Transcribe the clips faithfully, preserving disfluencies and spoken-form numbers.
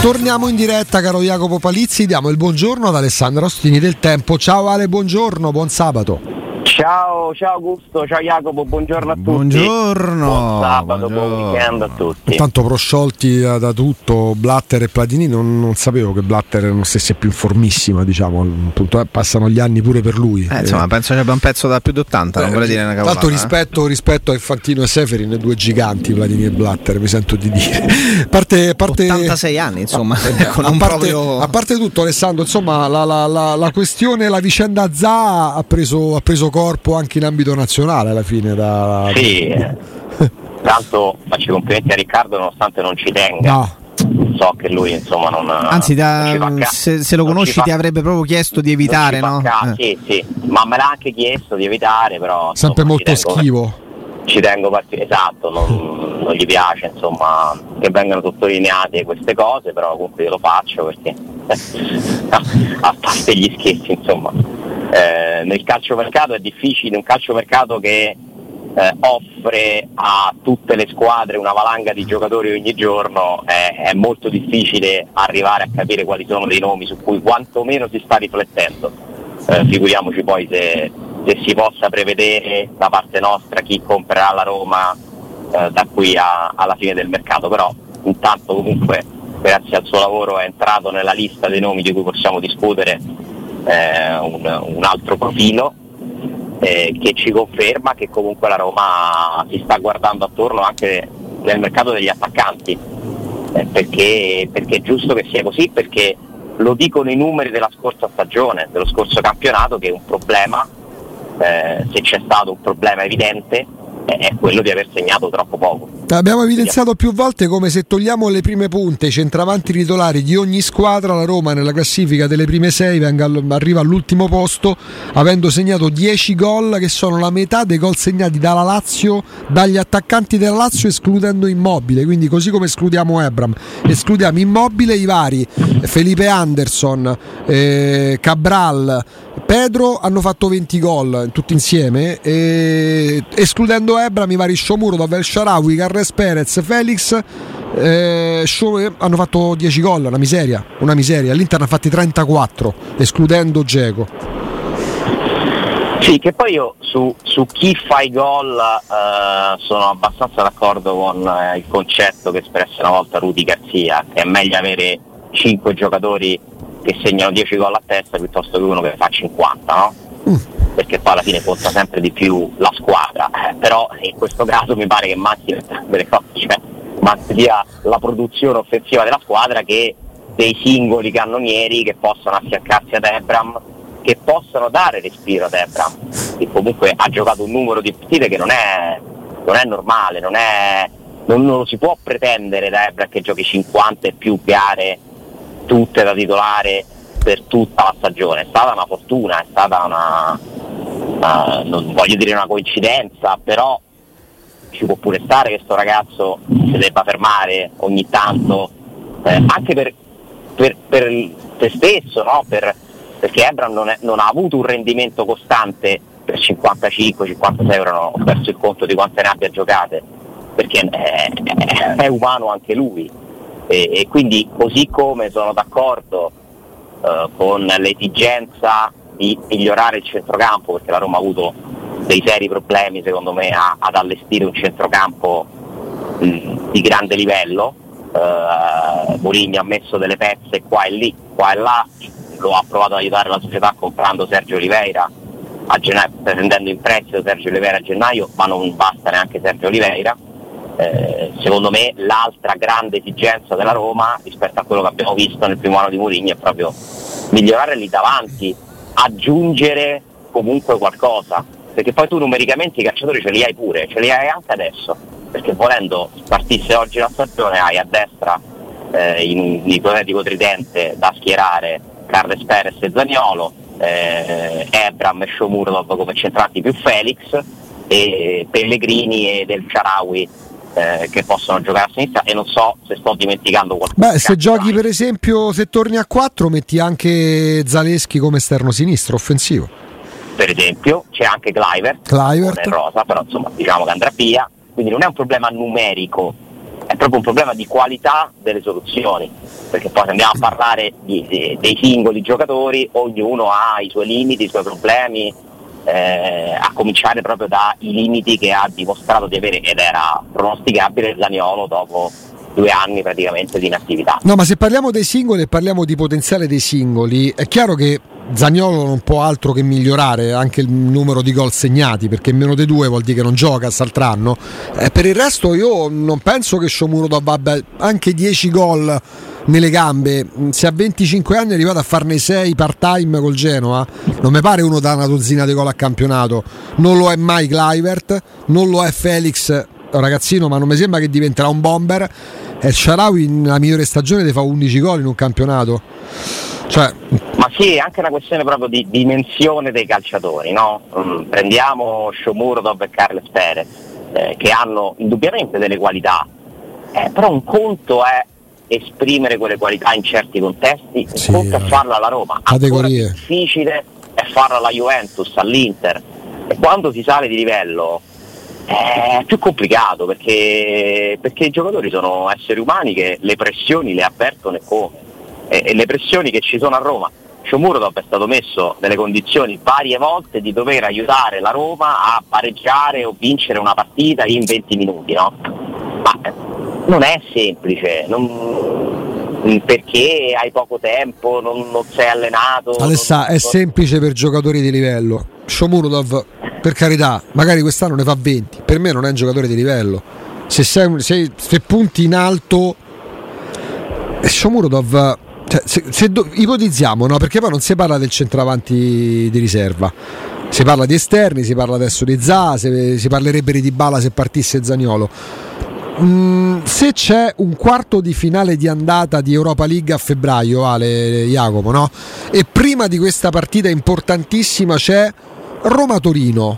Torniamo in diretta, caro Jacopo Palizzi, diamo il buongiorno ad Alessandro Ostini del Tempo. Ciao Ale, buongiorno, buon sabato. Ciao, ciao Augusto, ciao Jacopo, buongiorno a tutti. Buongiorno. Buon sabato, buongiorno. buon weekend a tutti. Tanto prosciolti da, da tutto, Blatter e Platini, non, non sapevo che Blatter non stesse più in formissima, diciamo, appunto, eh, passano gli anni pure per lui. Eh, insomma, eh. penso che abbia un pezzo da più di ottanta, non vorrei dire una cavolata. Tanto rispetto, eh. rispetto a Infantino e Seferin, due giganti, Platini e Blatter, mi sento di dire. Parte, parte, ottantasei anni, insomma, a, con a, un parte, proprio... a parte tutto, Alessandro, insomma, la, la, la, la questione, la vicenda Zaha ha preso, ha preso corpo anche in ambito nazionale alla fine. Da... Sì, tanto faccio i complimenti a Riccardo nonostante non ci tenga. No. So che lui insomma non. Anzi, da, non ca- se, se lo conosci fa, ti avrebbe proprio chiesto di evitare, no? Ca- eh. Sì, sì, ma me l'ha anche chiesto di evitare, però. Sempre insomma, molto ci tengo, schivo. Ci tengo parti- esatto, non, non gli piace insomma che vengano sottolineate queste cose, però comunque io lo faccio perché a parte gli scherzi insomma. Eh, nel calciomercato è difficile, un calciomercato che eh, offre a tutte le squadre una valanga di giocatori ogni giorno, eh, è molto difficile arrivare a capire quali sono dei nomi su cui quantomeno si sta riflettendo, eh, figuriamoci poi se, se si possa prevedere da parte nostra chi comprerà la Roma eh, da qui a, alla fine del mercato, però intanto comunque grazie al suo lavoro è entrato nella lista dei nomi di cui possiamo discutere. Eh, un, un altro profilo eh, che ci conferma che comunque la Roma si sta guardando attorno anche nel mercato degli attaccanti, eh, perché, perché è giusto che sia così, perché lo dicono i numeri della scorsa stagione, dello scorso campionato, che è un problema, eh, se c'è stato un problema evidente è quello di aver segnato troppo poco. Abbiamo evidenziato più volte come se togliamo le prime punte, i centravanti titolari di ogni squadra, la Roma nella classifica delle prime sei venga, arriva all'ultimo posto avendo segnato dieci gol, che sono la metà dei gol segnati dalla Lazio, dagli attaccanti della Lazio, escludendo Immobile. Quindi così come escludiamo Ebram, escludiamo Immobile, i vari Felipe Anderson, eh, Cabral, Pedro hanno fatto venti gol tutti insieme, e escludendo Ebram i vari Shomurodov, El Shaarawy, Carles Perez, Felix, eh, Show, hanno fatto dieci gol, una miseria, una miseria. L'Inter ne ha fatti trentaquattro escludendo Dzeko. Sì, che poi io su, su chi fa i gol eh, sono abbastanza d'accordo con eh, il concetto che espresse una volta Rudy Garcia, che è meglio avere cinque giocatori che segnano dieci gol a testa piuttosto che uno che fa cinquanta, no? Mm. Perché poi alla fine conta sempre di più la squadra, eh, però in questo caso mi pare che manchi delle cose, cioè manchi sia la produzione offensiva della squadra che dei singoli cannonieri che possono affiancarsi ad Ebram, che possono dare respiro ad Ebram, che comunque ha giocato un numero di partite che non è, non è normale, non, è, non, non lo si può pretendere da Ebram che giochi cinquanta e più gare tutte da titolare per tutta la stagione. È stata una fortuna, è stata una, una non voglio dire una coincidenza, però ci può pure stare che sto ragazzo si debba fermare ogni tanto, eh, anche per, per, per te stesso, no? per, perché Ebram non, è, non ha avuto un rendimento costante per cinquantacinque cinquantasei euro, no? Ho perso il conto di quante ne abbia giocate, perché è, è, è umano anche lui. E, e quindi così come sono d'accordo eh, con l'esigenza di migliorare il centrocampo, perché la Roma ha avuto dei seri problemi secondo me a, ad allestire un centrocampo mh, di grande livello, eh, Mourinho ha messo delle pezze qua e lì, qua e là, lo ha provato ad aiutare la società comprando Sergio Oliveira a gennaio, prendendo in prestito Sergio Oliveira a gennaio, ma non basta neanche Sergio Oliveira. Eh, secondo me l'altra grande esigenza della Roma rispetto a quello che abbiamo visto nel primo anno di Mourinho è proprio migliorare lì davanti, aggiungere comunque qualcosa, perché poi tu numericamente i calciatori ce li hai pure, ce li hai anche adesso, perché volendo partisse oggi la stagione hai a destra eh, in un ipotetico tridente da schierare Carles Perez e Zaniolo, eh, Ebram e Shomurodov come centranti più Felix, e Pellegrini e Del Shaarawy Eh, che possono giocare a sinistra, e non so se sto dimenticando qualcosa. Beh, se giochi per esempio, se torni a quattro metti anche Zaleschi come esterno sinistro offensivo, per esempio c'è anche Kluivert, Kluivert. rosa, però insomma diciamo che andrà via, quindi non è un problema numerico, è è proprio un problema di qualità delle soluzioni, perché poi se andiamo a parlare di, di, dei singoli giocatori, ognuno ha i suoi limiti, i suoi problemi, eh, a cominciare proprio dai limiti che ha dimostrato di avere, ed era pronosticabile, Zaniolo dopo due anni praticamente di inattività. No, ma se parliamo dei singoli e parliamo di potenziale dei singoli, è chiaro che Zaniolo non può altro che migliorare anche il numero di gol segnati, perché meno di due vuol dire che non gioca quest'altro eh, per il resto io non penso che Shomurodov abbia anche dieci gol nelle gambe. Se a venticinque anni è arrivato a farne sei part time col Genoa, non mi pare uno da una dozzina di gol a campionato. Non lo è mai Kluivert, non lo è Felix, ragazzino, ma non mi sembra che diventerà un bomber. E il Shaarawy nella migliore stagione ti fa undici gol in un campionato, cioè... Ma sì, è anche una questione proprio di dimensione dei calciatori, no? Mm, prendiamo Shomurodov e Carles Perez, eh, che hanno indubbiamente delle qualità, eh, però un conto è esprimere quelle qualità in certi contesti, un sì, conto è farlo alla Roma, ancora più difficile è farlo alla Juventus, all'Inter, e quando si sale di livello è più complicato, perché, perché i giocatori sono esseri umani che le pressioni le avvertono e come, e, e le pressioni che ci sono a Roma. Shomurodov è stato messo nelle condizioni varie volte di dover aiutare la Roma a pareggiare o vincere una partita in venti minuti, no? Ma non è semplice, non, perché hai poco tempo, non, non sei allenato. Alessà, non, è non... semplice per giocatori di livello. Shomurodov, per carità, magari quest'anno ne fa venti, per me non è un giocatore di livello. Se, sei, se, se punti in alto, Shomurodov, cioè, se, se do, ipotizziamo, no? Perché poi non si parla del centravanti di riserva, si parla di esterni, si parla adesso di Zaha, si, si parlerebbe di Dybala se partisse Zaniolo. Mm, se c'è un quarto di finale di andata di Europa League a febbraio, Ale, Jacopo, no? E prima di questa partita importantissima c'è Roma-Torino,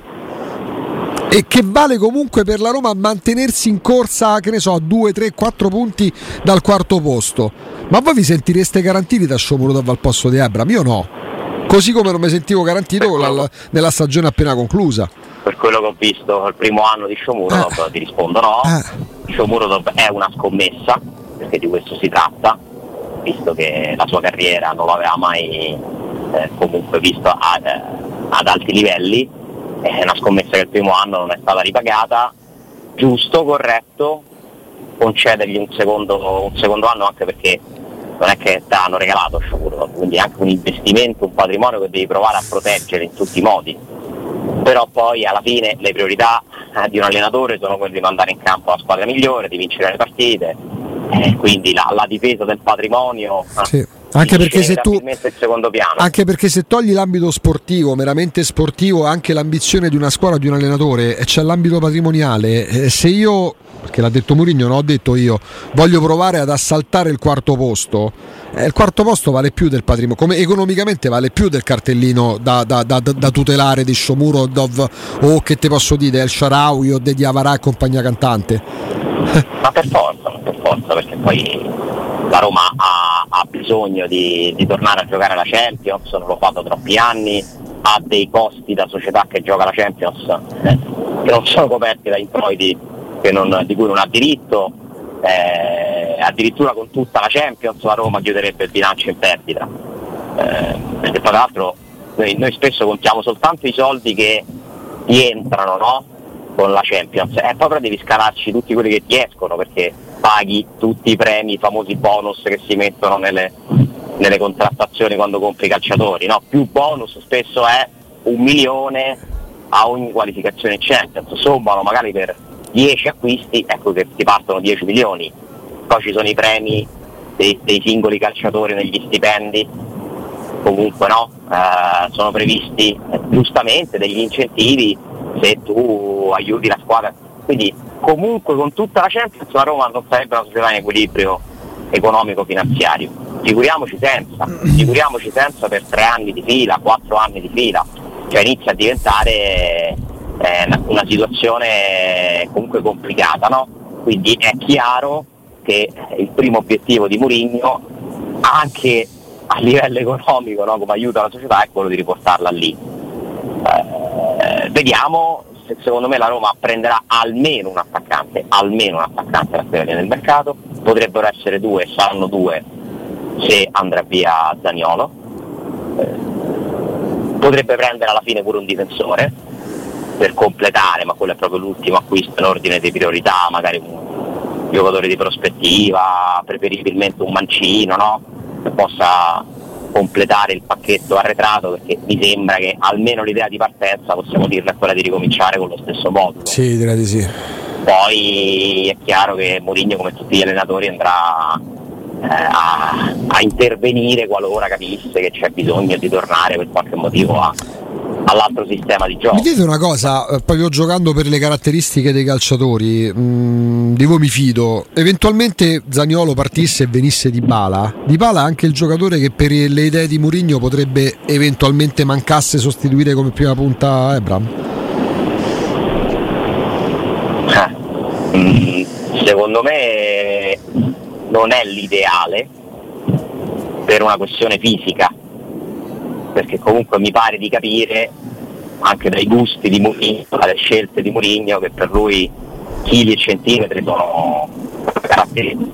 e che vale comunque per la Roma mantenersi in corsa, che ne so, a due, tre, quattro punti dal quarto posto. Ma voi vi sentireste garantiti da Shomurodov al posto di Abraham? Io no, così come non mi sentivo garantito con la, nella stagione appena conclusa. Per quello che ho visto il primo anno di Shomurodov, eh. ti rispondo no. Eh. Shomurodov è una scommessa, perché di questo si tratta, visto che la sua carriera non l'aveva mai eh, comunque visto a, eh, ad alti livelli. È una scommessa che il primo anno non è stata ripagata, giusto, corretto, concedergli un secondo, un secondo anno, anche perché non è che te l'hanno regalato Shomurodov, quindi è anche un investimento, un patrimonio che devi provare a proteggere in tutti i modi. Però poi alla fine le priorità eh, di un allenatore sono quelle di mandare in campo la squadra migliore, di vincere le partite, eh, quindi la, la difesa del patrimonio sì. Anche perché, se tu, secondo piano. anche perché se togli l'ambito sportivo, meramente sportivo, anche l'ambizione di una squadra, di un allenatore, e c'è l'ambito patrimoniale, eh, se io, perché l'ha detto Mourinho, non ho detto io, voglio provare ad assaltare il quarto posto, eh, il quarto posto vale più del patrimonio, come economicamente vale più del cartellino da, da, da, da tutelare di Shomurodov, o che te posso dire, El Shaarawy o De Diawara e compagnia cantante. Ma per forza, per forza, perché poi la Roma ha, ha bisogno di, di tornare a giocare la Champions, non lo fa da troppi anni, ha dei costi da società che gioca la Champions eh, che non sono coperti da introiti che non, di cui non ha diritto, eh, addirittura con tutta la Champions la Roma chiuderebbe il bilancio in perdita, eh, perché tra l'altro noi, noi spesso contiamo soltanto i soldi che ti entrano, no? Con la Champions, e poi però devi scalarci tutti quelli che ti escono, perché paghi tutti i premi, i famosi bonus che si mettono nelle, nelle contrattazioni quando compri i calciatori, no? Più bonus spesso è un milione a ogni qualificazione in Champions, sommano magari per dieci acquisti, ecco che ti partono dieci milioni, poi ci sono i premi dei, dei singoli calciatori negli stipendi, comunque no, eh, sono previsti eh, giustamente degli incentivi se tu aiuti la squadra, quindi comunque con tutta la Champions la Roma non sarebbe una società in equilibrio economico-finanziario, figuriamoci senza, figuriamoci senza per tre anni di fila, quattro anni di fila, cioè inizia a diventare eh, una situazione comunque complicata, no? Quindi è chiaro che il primo obiettivo di Mourinho, anche a livello economico, no, come aiuta la società, è quello di riportarla lì. Eh, vediamo se, secondo me la Roma prenderà almeno un attaccante, almeno un attaccante la stagione del mercato, potrebbero essere due, saranno due se andrà via Zaniolo, eh, potrebbe prendere alla fine pure un difensore per completare, ma quello è proprio l'ultimo acquisto in ordine di priorità, magari un giocatore di prospettiva, preferibilmente un mancino, no? Che possa completare il pacchetto arretrato, perché mi sembra che almeno l'idea di partenza, possiamo dirla, è quella di ricominciare con lo stesso modulo. Sì, direi di sì. Poi è chiaro che Mourinho, come tutti gli allenatori, andrà eh, a, a intervenire qualora capisse che c'è bisogno di tornare per qualche motivo a all'altro sistema di gioco. Mi dite una cosa, eh, proprio giocando per le caratteristiche dei calciatori, mh, di voi mi fido, eventualmente Zaniolo partisse e venisse Dybala, Dybala è anche il giocatore che per le idee di Mourinho potrebbe eventualmente mancasse sostituire come prima punta Ebram? Eh, mh, secondo me non è l'ideale per una questione fisica, perché comunque mi pare di capire anche dai gusti di Mourinho, dalle scelte di Mourinho, che per lui chili e centimetri sono caratteristiche.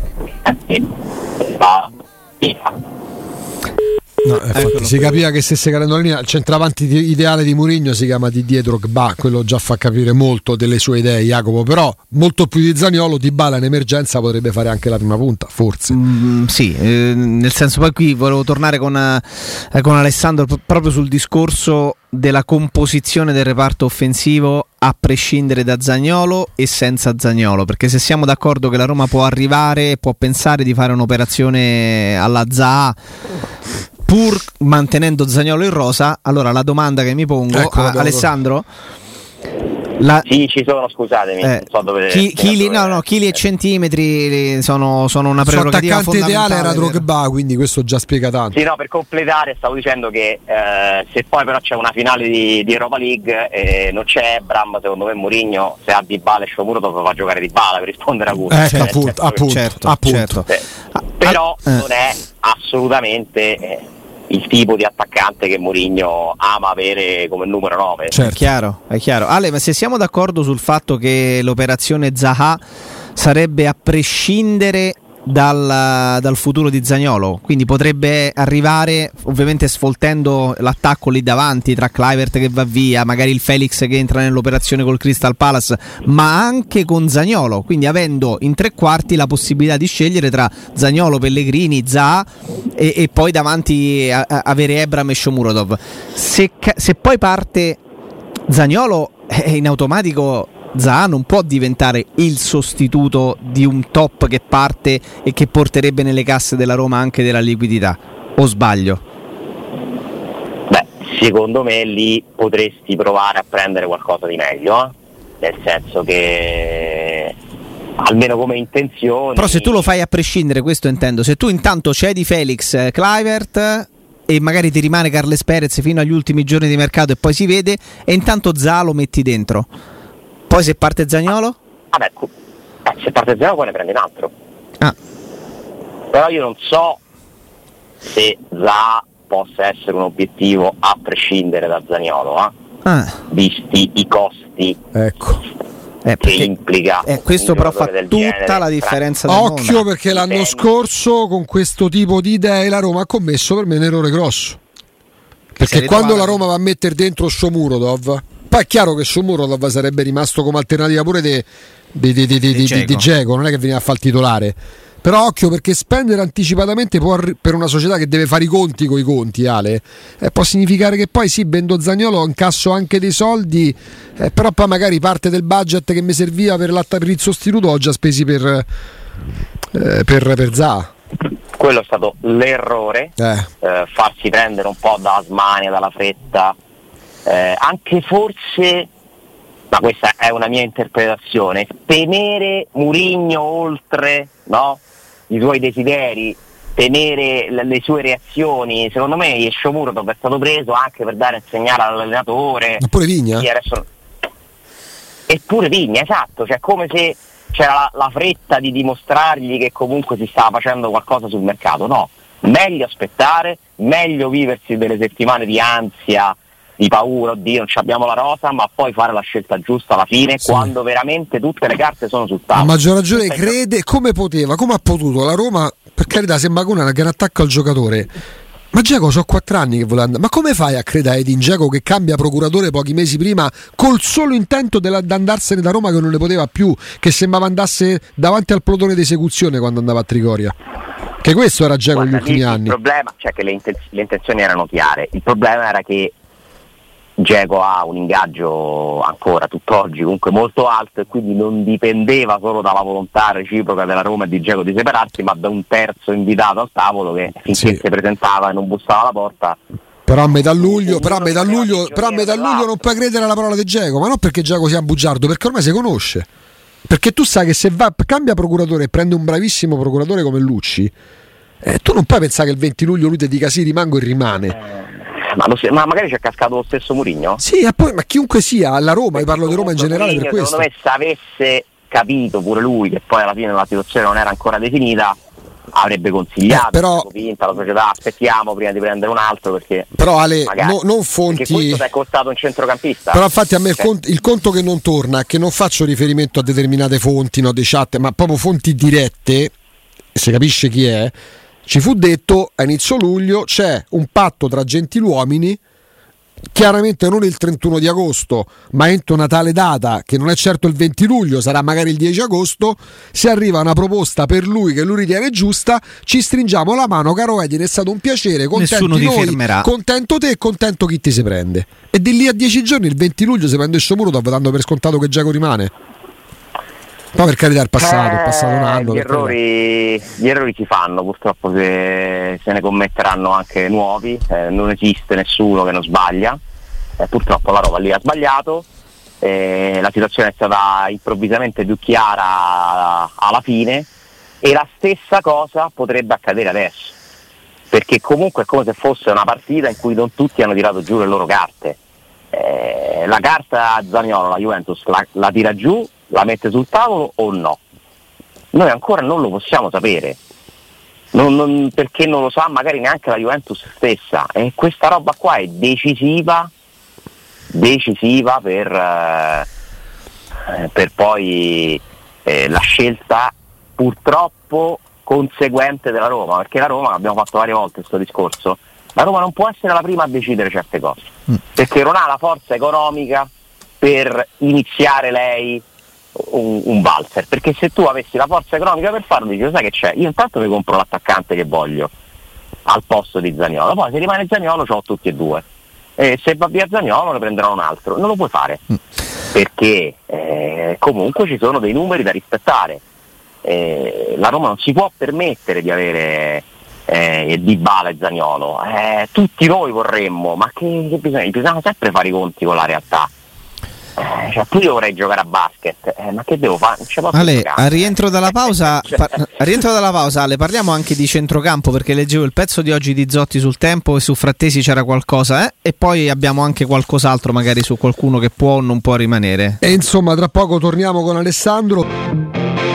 No, infatti, si capiva che stesse cadendo la linea. Il centravanti ideale di Mourinho si chiama Didier Drogba, quello già fa capire molto delle sue idee, Jacopo, però molto più di Zaniolo. Dybala in emergenza potrebbe fare anche la prima punta, forse. Mm, sì, eh, nel senso, poi qui volevo tornare con, eh, con Alessandro p- proprio sul discorso della composizione del reparto offensivo a prescindere da Zaniolo e senza Zaniolo, perché se siamo d'accordo che la Roma può arrivare, può pensare di fare un'operazione alla Zaha pur mantenendo Zaniolo in rosa, allora la domanda che mi pongo, ecco, a, Alessandro, la, sì, ci sono, scusatemi, eh, non so dove, chi, chili, dove no, no, chili e centimetri sono, sono una prerogativa fondamentale. L'attaccante ideale era per... Drogba, quindi questo già spiega tanto. Sì, no, per completare stavo dicendo che eh, se poi però c'è una finale di, di Europa League e eh, non c'è Ebram, secondo me Mourinho, se ha Dybala e Shomurodov, fa giocare Dybala per rispondere a Gusto. Eh, certo, appunto, appunto, certo, appunto. certo. Eh, però eh. non è assolutamente eh, il tipo di attaccante che Mourinho ama avere come numero nove. Certo. È chiaro, è chiaro. Ale, ma se siamo d'accordo sul fatto che l'operazione Zaha sarebbe a prescindere dal, dal futuro di Zaniolo, quindi potrebbe arrivare ovviamente sfoltendo l'attacco lì davanti tra Kluivert che va via, magari il Felix che entra nell'operazione col Crystal Palace, ma anche con Zaniolo, quindi avendo in tre quarti la possibilità di scegliere tra Zaniolo, Pellegrini, Zaha e, e poi davanti a, a avere Ebram e Shomurodov. Se, se poi parte Zaniolo, eh, in automatico Zaha non può diventare il sostituto di un top che parte e che porterebbe nelle casse della Roma anche della liquidità, o sbaglio? Beh, secondo me lì potresti provare a prendere qualcosa di meglio, eh? Nel senso che almeno come intenzione. Però se tu lo fai a prescindere, questo intendo, se tu intanto cedi Felix, eh, Kluivert e magari ti rimane Carles Perez fino agli ultimi giorni di mercato e poi si vede, e intanto Zaha lo metti dentro. Poi se parte Zaniolo? Vabbè, eh, se parte Zaniolo poi ne prendi un altro. Ah. Però io non so se Zaha possa essere un obiettivo a prescindere da Zaniolo, eh? Ah. Visti i costi, ecco, eh, che implica. Eh, questo però fa tutta genere, la differenza del occhio mondo. Perché l'anno scorso con questo tipo di idee la Roma ha commesso per me un errore grosso, perché quando la Roma va a mettere dentro Shomurodov, poi è chiaro che Shomurodov sarebbe rimasto come alternativa pure di Dzeko, non è che veniva a fare il titolare. Però occhio, perché spendere anticipatamente può, per una società che deve fare i conti con i conti, Ale, eh, può significare che poi sì, vendo Zaniolo, incasso anche dei soldi, eh, però poi magari parte del budget che mi serviva per, per il sostituto ho già spesi per, eh, per, per Zaha. Quello è stato l'errore, eh. Eh, farsi prendere un po' dalla smania, dalla fretta. Eh, anche forse, ma questa è una mia interpretazione, tenere Mourinho oltre, no, i suoi desideri, tenere le, le sue reazioni. Secondo me Shomurodov è stato preso anche per dare un segnale all'allenatore. Eppure Vigna? Adesso... Eppure Vigna, esatto, cioè come se c'era la, la fretta di dimostrargli che comunque si stava facendo qualcosa sul mercato. No, meglio aspettare, meglio viversi delle settimane di ansia di paura, oddio non abbiamo la rosa, ma poi fare la scelta giusta alla fine, sì, quando veramente tutte le carte sono sul tavolo. A maggior ragione crede, come poteva, come ha potuto la Roma, per carità sembra una gran attacco al giocatore, ma Dzeko so quattro anni che vuole andare, ma come fai a credere a Edin Dzeko che cambia procuratore pochi mesi prima col solo intento di andarsene da Roma, che non ne poteva più, che sembrava andasse davanti al plotone d'esecuzione quando andava a Trigoria? Che questo era Dzeko negli ultimi anni. Il problema, cioè che le, inten- le intenzioni erano chiare, il problema era che Dzeko ha un ingaggio ancora tutt'oggi comunque molto alto, e quindi non dipendeva solo dalla volontà reciproca della Roma e di Dzeko di separarsi, ma da un terzo invitato al tavolo che finché sì. si presentava e non bussava alla porta. Però a metà luglio, però a metà luglio, però a metà luglio non puoi credere alla parola di Dzeko, ma non perché Dzeko sia bugiardo, perché ormai si conosce. Perché tu sai che se va, cambia procuratore e prende un bravissimo procuratore come Lucci, eh, tu non puoi pensare che il venti luglio lui ti dica sì, rimango e rimane. Ma, lo, ma magari c'è cascato lo stesso Mourinho? Sì, e poi, ma chiunque sia, alla Roma, io parlo di Roma in generale Mourinho, per questo. Secondo me, se avesse capito pure lui che poi alla fine la situazione non era ancora definita, avrebbe consigliato, eh, però, vinta la società, aspettiamo prima di prendere un altro, perché però Ale, magari, no, non fonti, perché questo ti è costato un centrocampista. Però infatti a me il, cioè. conto, il conto che non torna è che non faccio riferimento a determinate fonti, no, dei chat, ma proprio fonti dirette, si capisce chi è. Ci fu detto a inizio luglio c'è un patto tra gentiluomini, chiaramente non il trentuno di agosto, ma entro una tale data che non è certo il venti luglio, sarà magari il dieci agosto. Se arriva una proposta per lui che lui ritiene giusta, ci stringiamo la mano, caro Edin, è stato un piacere, contenti nessuno ti noi, fermerà, contento te e contento chi ti si prende. E di lì a dieci giorni, il venti luglio, si prende Sciomuro, dando per scontato che Dzeko rimane. Poi per carità è passato, eh, è passato un anno. Gli errori, gli errori si fanno, purtroppo se, se ne commetteranno anche nuovi, eh, non esiste nessuno che non sbaglia, eh, purtroppo la Roma lì ha sbagliato, eh, la situazione è stata improvvisamente più chiara alla fine, e la stessa cosa potrebbe accadere adesso, perché comunque è come se fosse una partita in cui non tutti hanno tirato giù le loro carte. Eh, la carta Zaniolo, la Juventus la, la tira giù, la mette sul tavolo o no? Noi ancora non lo possiamo sapere, non, non, perché non lo sa magari neanche la Juventus stessa, e questa roba qua è decisiva decisiva per, eh, per poi eh, la scelta purtroppo conseguente della Roma, perché la Roma, abbiamo fatto varie volte questo discorso, la Roma non può essere la prima a decidere certe cose, mm. perché non ha la forza economica per iniziare lei un, un valzer, perché se tu avessi la forza economica per farlo, dici, sai che c'è, io intanto mi compro l'attaccante che voglio al posto di Zaniolo, poi se rimane Zaniolo c'ho tutti e due, e se va via Zaniolo ne prenderò un altro. Non lo puoi fare, mm. perché eh, comunque ci sono dei numeri da rispettare, eh, la Roma non si può permettere di avere eh, Dybala e Zaniolo, eh, tutti noi vorremmo, ma che, che bisogna, bisogna sempre fare i conti con la realtà. Eh, cioè, tu io vorrei giocare a basket, eh, ma che devo fare? Ale, a rientro dalla pausa, par- a rientro dalla pausa, Ale, parliamo anche di centrocampo, perché leggevo il pezzo di oggi di Zotti sul Tempo e su Frattesi c'era qualcosa, eh? E poi abbiamo anche qualcos'altro magari su qualcuno che può o non può rimanere. E insomma, tra poco torniamo con Alessandro.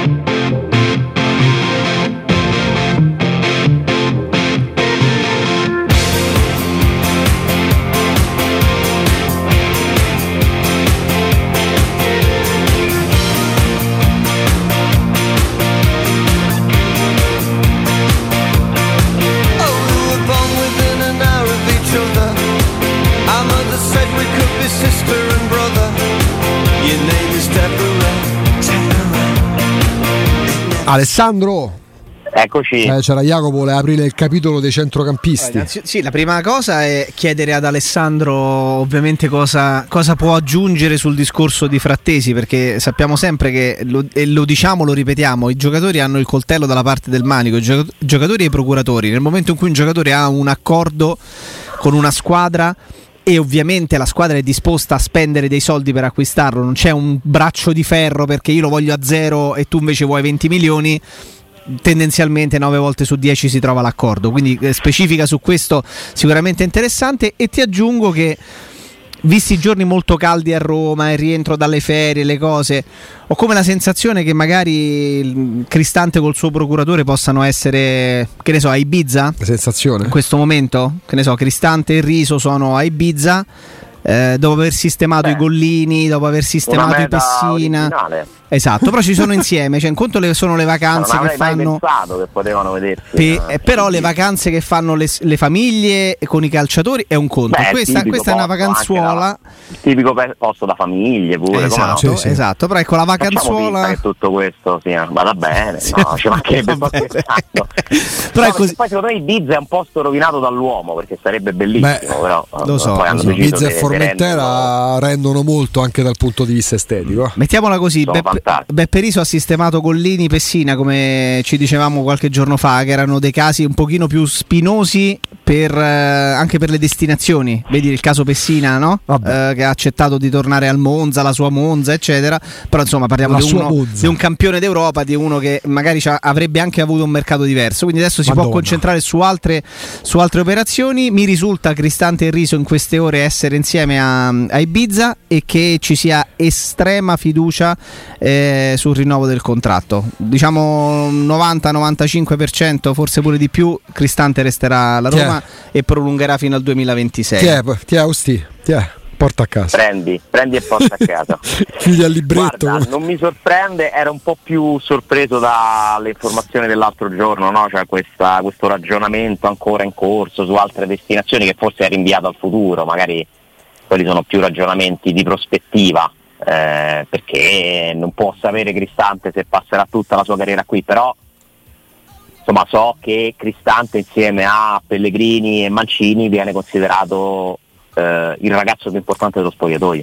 Alessandro, eccoci. Eh, c'era Jacopo, vuole aprire il capitolo dei centrocampisti. Sì, sì, la prima cosa è chiedere ad Alessandro ovviamente cosa, cosa può aggiungere sul discorso di Frattesi, perché sappiamo sempre che, lo, e lo diciamo, lo ripetiamo, i giocatori hanno il coltello dalla parte del manico, i giocatori e i procuratori. Nel momento in cui un giocatore ha un accordo con una squadra e ovviamente la squadra è disposta a spendere dei soldi per acquistarlo, non c'è un braccio di ferro perché io lo voglio a zero e tu invece vuoi venti milioni, tendenzialmente nove volte su dieci si trova l'accordo, quindi eh, specifica su questo sicuramente interessante. E ti aggiungo che, visti i giorni molto caldi a Roma, il rientro dalle ferie, le cose, ho come la sensazione che magari Cristante col suo procuratore possano essere, che ne so, a Ibiza? La sensazione? In questo momento, che ne so, Cristante e Riso sono a Ibiza eh, dopo aver sistemato Beh, i Gollini, dopo aver sistemato i Pessina. Originale. Esatto, però ci sono insieme, cioè in conto le, sono le vacanze non che fanno pensato che potevano vedersi. Pe, eh, però le vacanze che fanno le, le famiglie con i calciatori è un conto. Beh, questa, questa è una vacanzuola. Da, il tipico posto da famiglie pure. Esatto, no? sì, sì. esatto. Però ecco la vacanzuola. Che tutto questo sia, vada bene, sì, no, ci mancherebbe però no, è così. Poi secondo me Ibiza è un posto rovinato dall'uomo, perché sarebbe bellissimo. Beh, però lo so, poi lo so. Ibiza e Formentera rendono... rendono molto anche dal punto di vista estetico. Mettiamola così, Beppe, Beppe Riso ha sistemato Gollini, Pessina, come ci dicevamo qualche giorno fa, che erano dei casi un pochino più spinosi per, eh, anche per le destinazioni. Vedi il caso Pessina, no? Eh, che ha accettato di tornare al Monza, la sua Monza, eccetera. Però insomma parliamo di, uno, di un campione d'Europa, di uno che magari avrebbe anche avuto un mercato diverso. Quindi adesso si Madonna. può concentrare su altre, su altre operazioni. Mi risulta Cristante e Riso in queste ore essere insieme a, a Ibiza e che ci sia estrema fiducia eh, sul rinnovo del contratto. Diciamo novanta novantacinque per cento, forse pure di più. Cristante resterà alla Roma e prolungherà fino al duemilaventisei. Ti è, ti è Austi, ti è. Porta a casa. Prendi, prendi e porta a casa. Figli al libretto. Guarda, non mi sorprende, ero un po' più sorpreso dalle informazioni dell'altro giorno, no? Cioè questa, questo ragionamento ancora in corso su altre destinazioni che forse è rinviato al futuro, magari quelli sono più ragionamenti di prospettiva, eh, perché non può sapere Cristante se passerà tutta la sua carriera qui, però insomma so che Cristante insieme a Pellegrini e Mancini viene considerato Uh, il ragazzo più importante dello spogliatoio,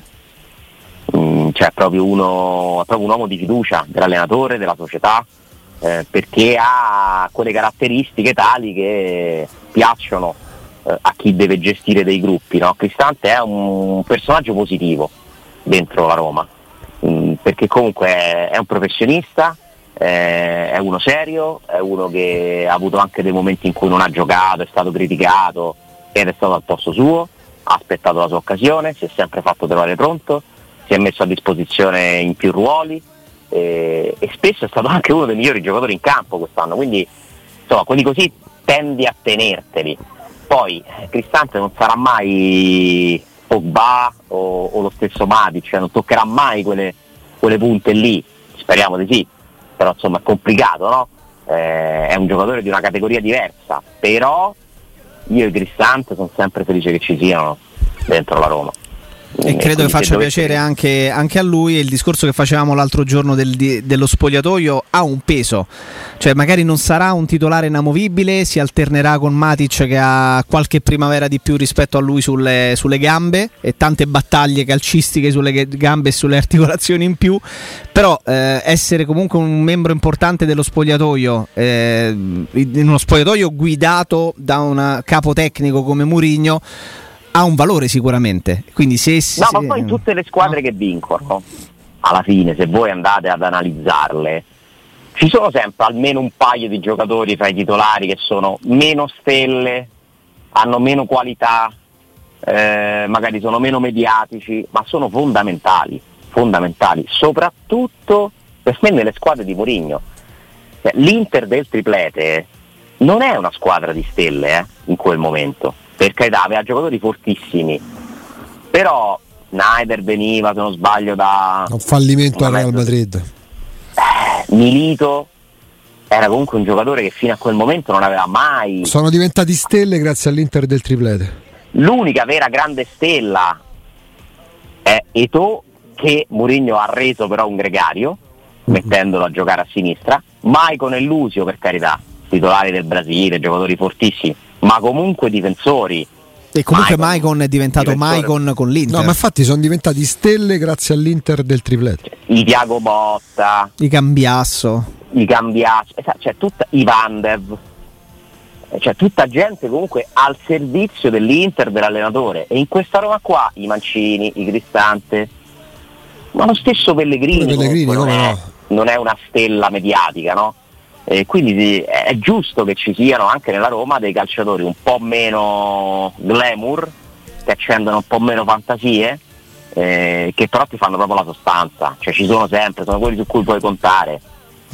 mm, cioè proprio uno, proprio un uomo di fiducia dell'allenatore, della società, eh, perché ha quelle caratteristiche tali che piacciono eh, a chi deve gestire dei gruppi, no? Cristante è un personaggio positivo dentro la Roma, mm, perché comunque è, è un professionista, eh, è uno serio, è uno che ha avuto anche dei momenti in cui non ha giocato, è stato criticato ed è stato al posto suo, ha aspettato la sua occasione, si è sempre fatto trovare pronto, si è messo a disposizione in più ruoli eh, e spesso è stato anche uno dei migliori giocatori in campo quest'anno, quindi insomma quelli così tendi a tenerteli. Poi eh, Cristante non sarà mai Pogba o, o lo stesso Matic, cioè non toccherà mai quelle, quelle punte lì, speriamo di sì, però insomma è complicato, no? Eh, è un giocatore di una categoria diversa, però io e Cristante sono sempre felice che ci siano dentro la Roma. E credo che faccia piacere anche, anche a lui. E il discorso che facevamo l'altro giorno del, di, dello spogliatoio ha un peso, cioè magari non sarà un titolare inamovibile, si alternerà con Matic che ha qualche primavera di più rispetto a lui sulle, sulle gambe e tante battaglie calcistiche sulle gambe e sulle articolazioni in più, però eh, essere comunque un membro importante dello spogliatoio, eh, in uno spogliatoio guidato da un capo tecnico come Mourinho, ha un valore sicuramente. Quindi se, se no, ma poi tutte le squadre no. che vincono alla fine, se voi andate ad analizzarle, ci sono sempre almeno un paio di giocatori fra i titolari che sono meno stelle, hanno meno qualità, eh, magari sono meno mediatici, ma sono fondamentali, fondamentali, soprattutto per me nelle squadre di Mourinho. L'Inter del triplete non è una squadra di stelle eh, in quel momento, per carità aveva giocatori fortissimi, però Snyder veniva, se non sbaglio, da un fallimento al Real Madrid. eh, Milito era comunque un giocatore che fino a quel momento non aveva mai. Sono diventati stelle grazie all'Inter del triplete. L'unica vera grande stella è Eto'o, che Mourinho ha reso però un gregario, mettendolo a giocare a sinistra. Maicon e Lusio, per carità, titolari del Brasile, giocatori fortissimi, ma comunque difensori. E comunque Maicon è diventato Maicon con l'Inter. No, ma infatti sono diventati stelle grazie all'Inter del tripletto. I Thiago Motta, i Cambiasso, i Cambiasso, cioè tutta i Vandev, cioè tutta gente comunque al servizio dell'Inter, dell'allenatore. E in questa Roma qua i Mancini, i Cristante, ma lo stesso Pellegrini, Pellegrini non, è, no. non è una stella mediatica, no? E quindi sì, è giusto che ci siano anche nella Roma dei calciatori un po' meno glamour, che accendono un po' meno fantasie, eh, che però ti fanno proprio la sostanza, cioè ci sono sempre, sono quelli su cui puoi contare.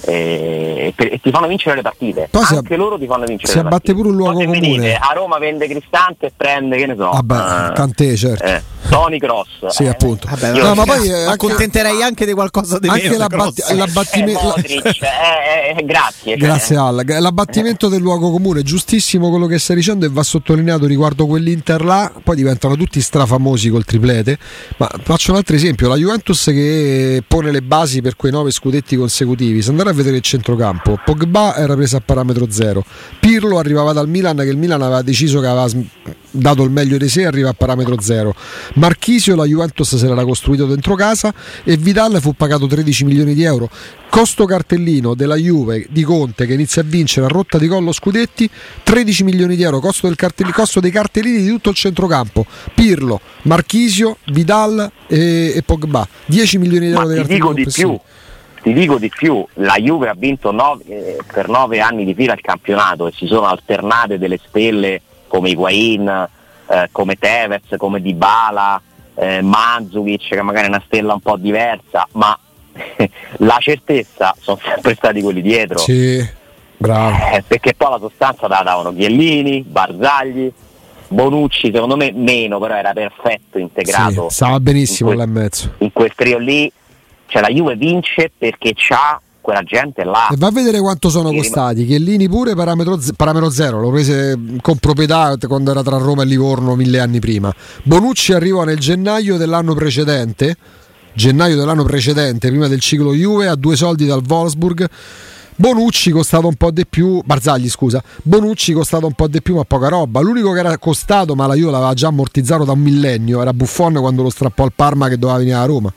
e, e, e ti fanno vincere le partite. Poi anche ab- loro ti fanno vincere si le partite. Si abbatte pure un luogo poi comune. Dite, a Roma vende Cristante e prende, che ne so, vabbè, uh, Kanté, certo. eh, Toni Kroos. Sì, eh, appunto. Vabbè, no, ma poi eh, accontenterei anche di qualcosa di anche meno. l'abbatti- l'abbattimento eh, Modric, eh, eh, grazie. Grazie cioè. Al. L'abbattimento del luogo comune, giustissimo quello che stai dicendo, e va sottolineato riguardo quell'Inter là. Poi diventano tutti strafamosi col triplete. Ma faccio un altro esempio: la Juventus che pone le basi per quei nove scudetti consecutivi. Se andare a vedere il centrocampo, Pogba era preso a parametro zero, Pirlo arrivava dal Milan, che il Milan aveva deciso che aveva dato il meglio di sé, arriva a parametro zero. Marchisio la Juventus se l'era costruito dentro casa e Vidal fu pagato tredici milioni di euro. Costo cartellino della Juve di Conte, che inizia a vincere a rotta di collo scudetti, tredici milioni di euro. Costo, del cartellino, costo dei cartellini di tutto il centrocampo: Pirlo, Marchisio, Vidal e, e Pogba. dieci milioni di euro Ma dei ti cartellini dico di più, ti dico di più, la Juve ha vinto nove, eh, per nove anni di fila il campionato e si sono alternate delle stelle come Higuain, eh, come Tevez, come Dybala, eh, Mandzukic, che magari è una stella un po' diversa, ma la certezza sono sempre stati quelli dietro. Sì, bravo. Eh, perché poi la sostanza la davano Chiellini, Barzagli, Bonucci, secondo me meno, però era perfetto integrato. Sì, stava benissimo in là quel, in mezzo. In quel trio lì, cioè la Juve vince perché c'ha quella gente là. E va a vedere quanto sono Sì, costati. Chiellini pure parametro, z- parametro zero, lo prese con proprietà quando era tra Roma e Livorno mille anni prima. Bonucci arrivò nel gennaio dell'anno precedente, gennaio dell'anno precedente, prima del ciclo Juve, a due soldi dal Wolfsburg. Bonucci costato un po' di più, Barzagli scusa, Bonucci costato un po' di più ma poca roba. L'unico che era costato, ma la Juve l'aveva già ammortizzato da un millennio, era Buffon quando lo strappò al Parma che doveva venire a Roma.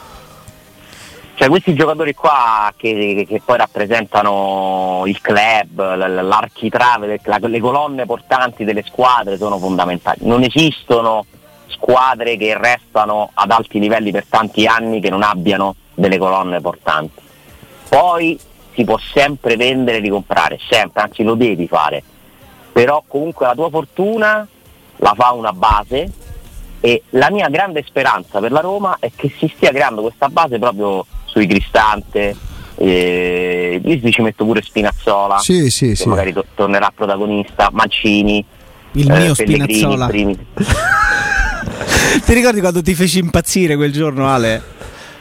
Cioè questi giocatori qua che, che poi rappresentano il club, l'architrave, le colonne portanti delle squadre sono fondamentali. Non esistono squadre che restano ad alti livelli per tanti anni che non abbiano delle colonne portanti. Poi si può sempre vendere e ricomprare, sempre, anzi lo devi fare, però comunque la tua fortuna la fa una base, e la mia grande speranza per la Roma è che si stia creando questa base proprio sui Cristante, eh, io ci metto pure Spinazzola, sì, sì, che sì. magari to- tornerà protagonista, Mancini, il eh, mio Pellegrini, Spinazzola. primi. Ti ricordi quando ti feci impazzire quel giorno, Ale?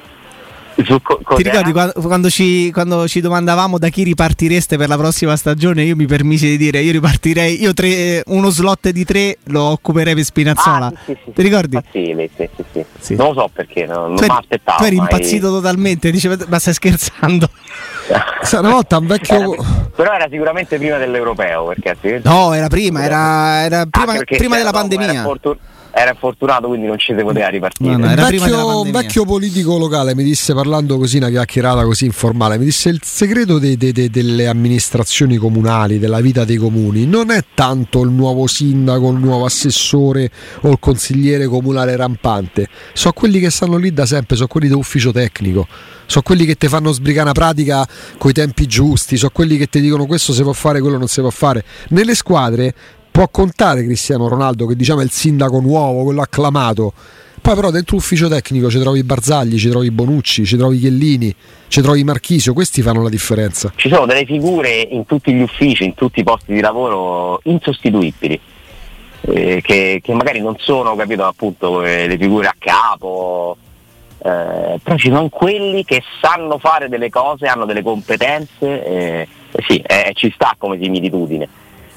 Su co- Ti ricordi quando, quando, ci, quando ci domandavamo da chi ripartireste per la prossima stagione? Io mi permisi di dire io ripartirei, io tre, uno slot di tre lo occuperei per Spinazzola. Ah, sì, sì, sì, ti ricordi? Sì, sì, sì, sì. Sì. Non lo so perché, non, non tu mi eri, aspettavo. tu eri mai. impazzito totalmente, diceva ma stai scherzando? Una volta un vecchio era, però era sicuramente prima dell'europeo, perché altrimenti... No, era prima, era, era prima, prima della no, pandemia. Era, fortun- era infortunato, quindi non ci si poteva ripartire. No, no, un, era prima della vecchio, un pandemia. vecchio politico locale mi disse, parlando così, una chiacchierata così informale, mi disse: il segreto dei, dei, dei, delle amministrazioni comunali, della vita dei comuni, non è tanto il nuovo sindaco, il nuovo assessore o il consigliere comunale rampante, sono quelli che stanno lì da sempre, sono quelli dell'ufficio tecnico, sono quelli che ti fanno sbrigare una pratica coi tempi giusti, sono quelli che ti dicono questo si può fare, quello non si può fare. Nelle squadre può contare Cristiano Ronaldo, che diciamo è il sindaco nuovo, quello acclamato, poi però dentro l'ufficio tecnico ci trovi Barzagli, ci trovi Bonucci, ci trovi Chiellini, ci trovi Marchisio, questi fanno la differenza. Ci sono delle figure in tutti gli uffici, in tutti i posti di lavoro insostituibili, eh, che, che magari non sono, capito, appunto eh, le figure a capo, eh, però ci sono quelli che sanno fare delle cose, hanno delle competenze, eh, eh, sì, eh, ci sta come similitudine.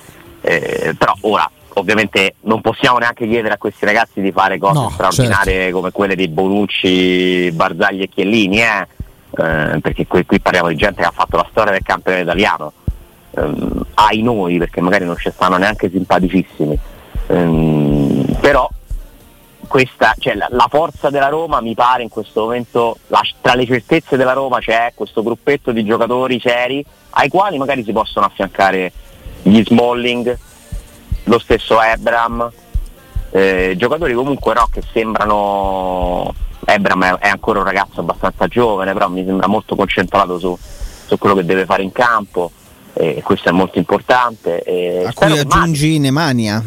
Eh, però ora ovviamente non possiamo neanche chiedere a questi ragazzi di fare cose no, straordinarie, certo, come quelle di Bonucci, Barzagli e Chiellini, eh? Eh, perché qui, qui parliamo di gente che ha fatto la storia del campione italiano, eh, ai noi, perché magari non ci stanno neanche simpaticissimi, eh, però questa, cioè, la, la forza della Roma mi pare in questo momento, la, tra le certezze della Roma c'è questo gruppetto di giocatori seri ai quali magari si possono affiancare gli Smalling, lo stesso Ebram, eh, giocatori comunque no, che sembrano, Ebram è, è ancora un ragazzo abbastanza giovane, però mi sembra molto concentrato su, su quello che deve fare in campo, e questo è molto importante. E a cui aggiungi Nemanja.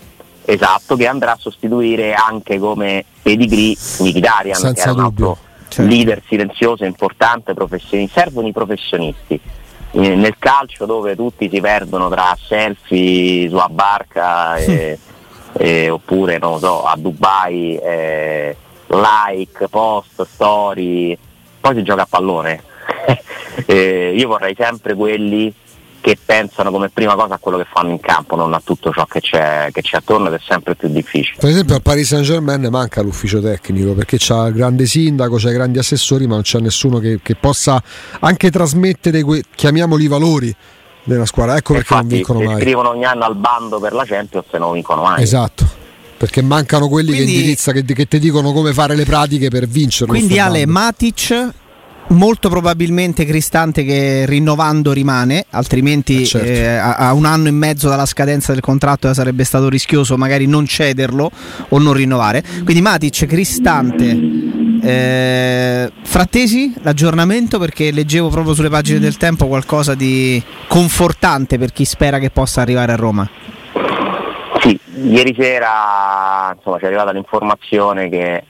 Esatto, che andrà a sostituire anche come pedigree Mkhitaryan, senza che era un dubbio. altro certo. leader silenzioso, importante, professionista. Servono i professionisti. Eh, nel calcio dove tutti si perdono tra selfie sulla barca e, e, oppure non lo so, a Dubai, eh, like, post, story, poi si gioca a pallone. eh, io vorrei sempre quelli che pensano come prima cosa a quello che fanno in campo, non a tutto ciò che c'è, che c'è attorno, ed è sempre più difficile. Per esempio al Paris Saint-Germain manca l'ufficio tecnico, perché c'ha il grande sindaco, c'ha i grandi assessori, ma non c'è nessuno che, che possa anche trasmettere quei, chiamiamoli, valori della squadra. Ecco perché infatti, non vincono mai. Scrivono ogni anno al bando per la Champions e non vincono mai. Esatto, perché mancano quelli quindi, che indirizzano, che, che ti dicono come fare le pratiche per vincere. Quindi Ale, Matic, molto probabilmente Cristante che rinnovando rimane, altrimenti eh certo. eh, a, a un anno e mezzo dalla scadenza del contratto sarebbe stato rischioso magari non cederlo o non rinnovare. Quindi Matic, Cristante, eh, Frattesi, l'aggiornamento, perché leggevo proprio sulle pagine del Tempo qualcosa di confortante per chi spera che possa arrivare a Roma. Sì, ieri sera insomma ci è arrivata l'informazione che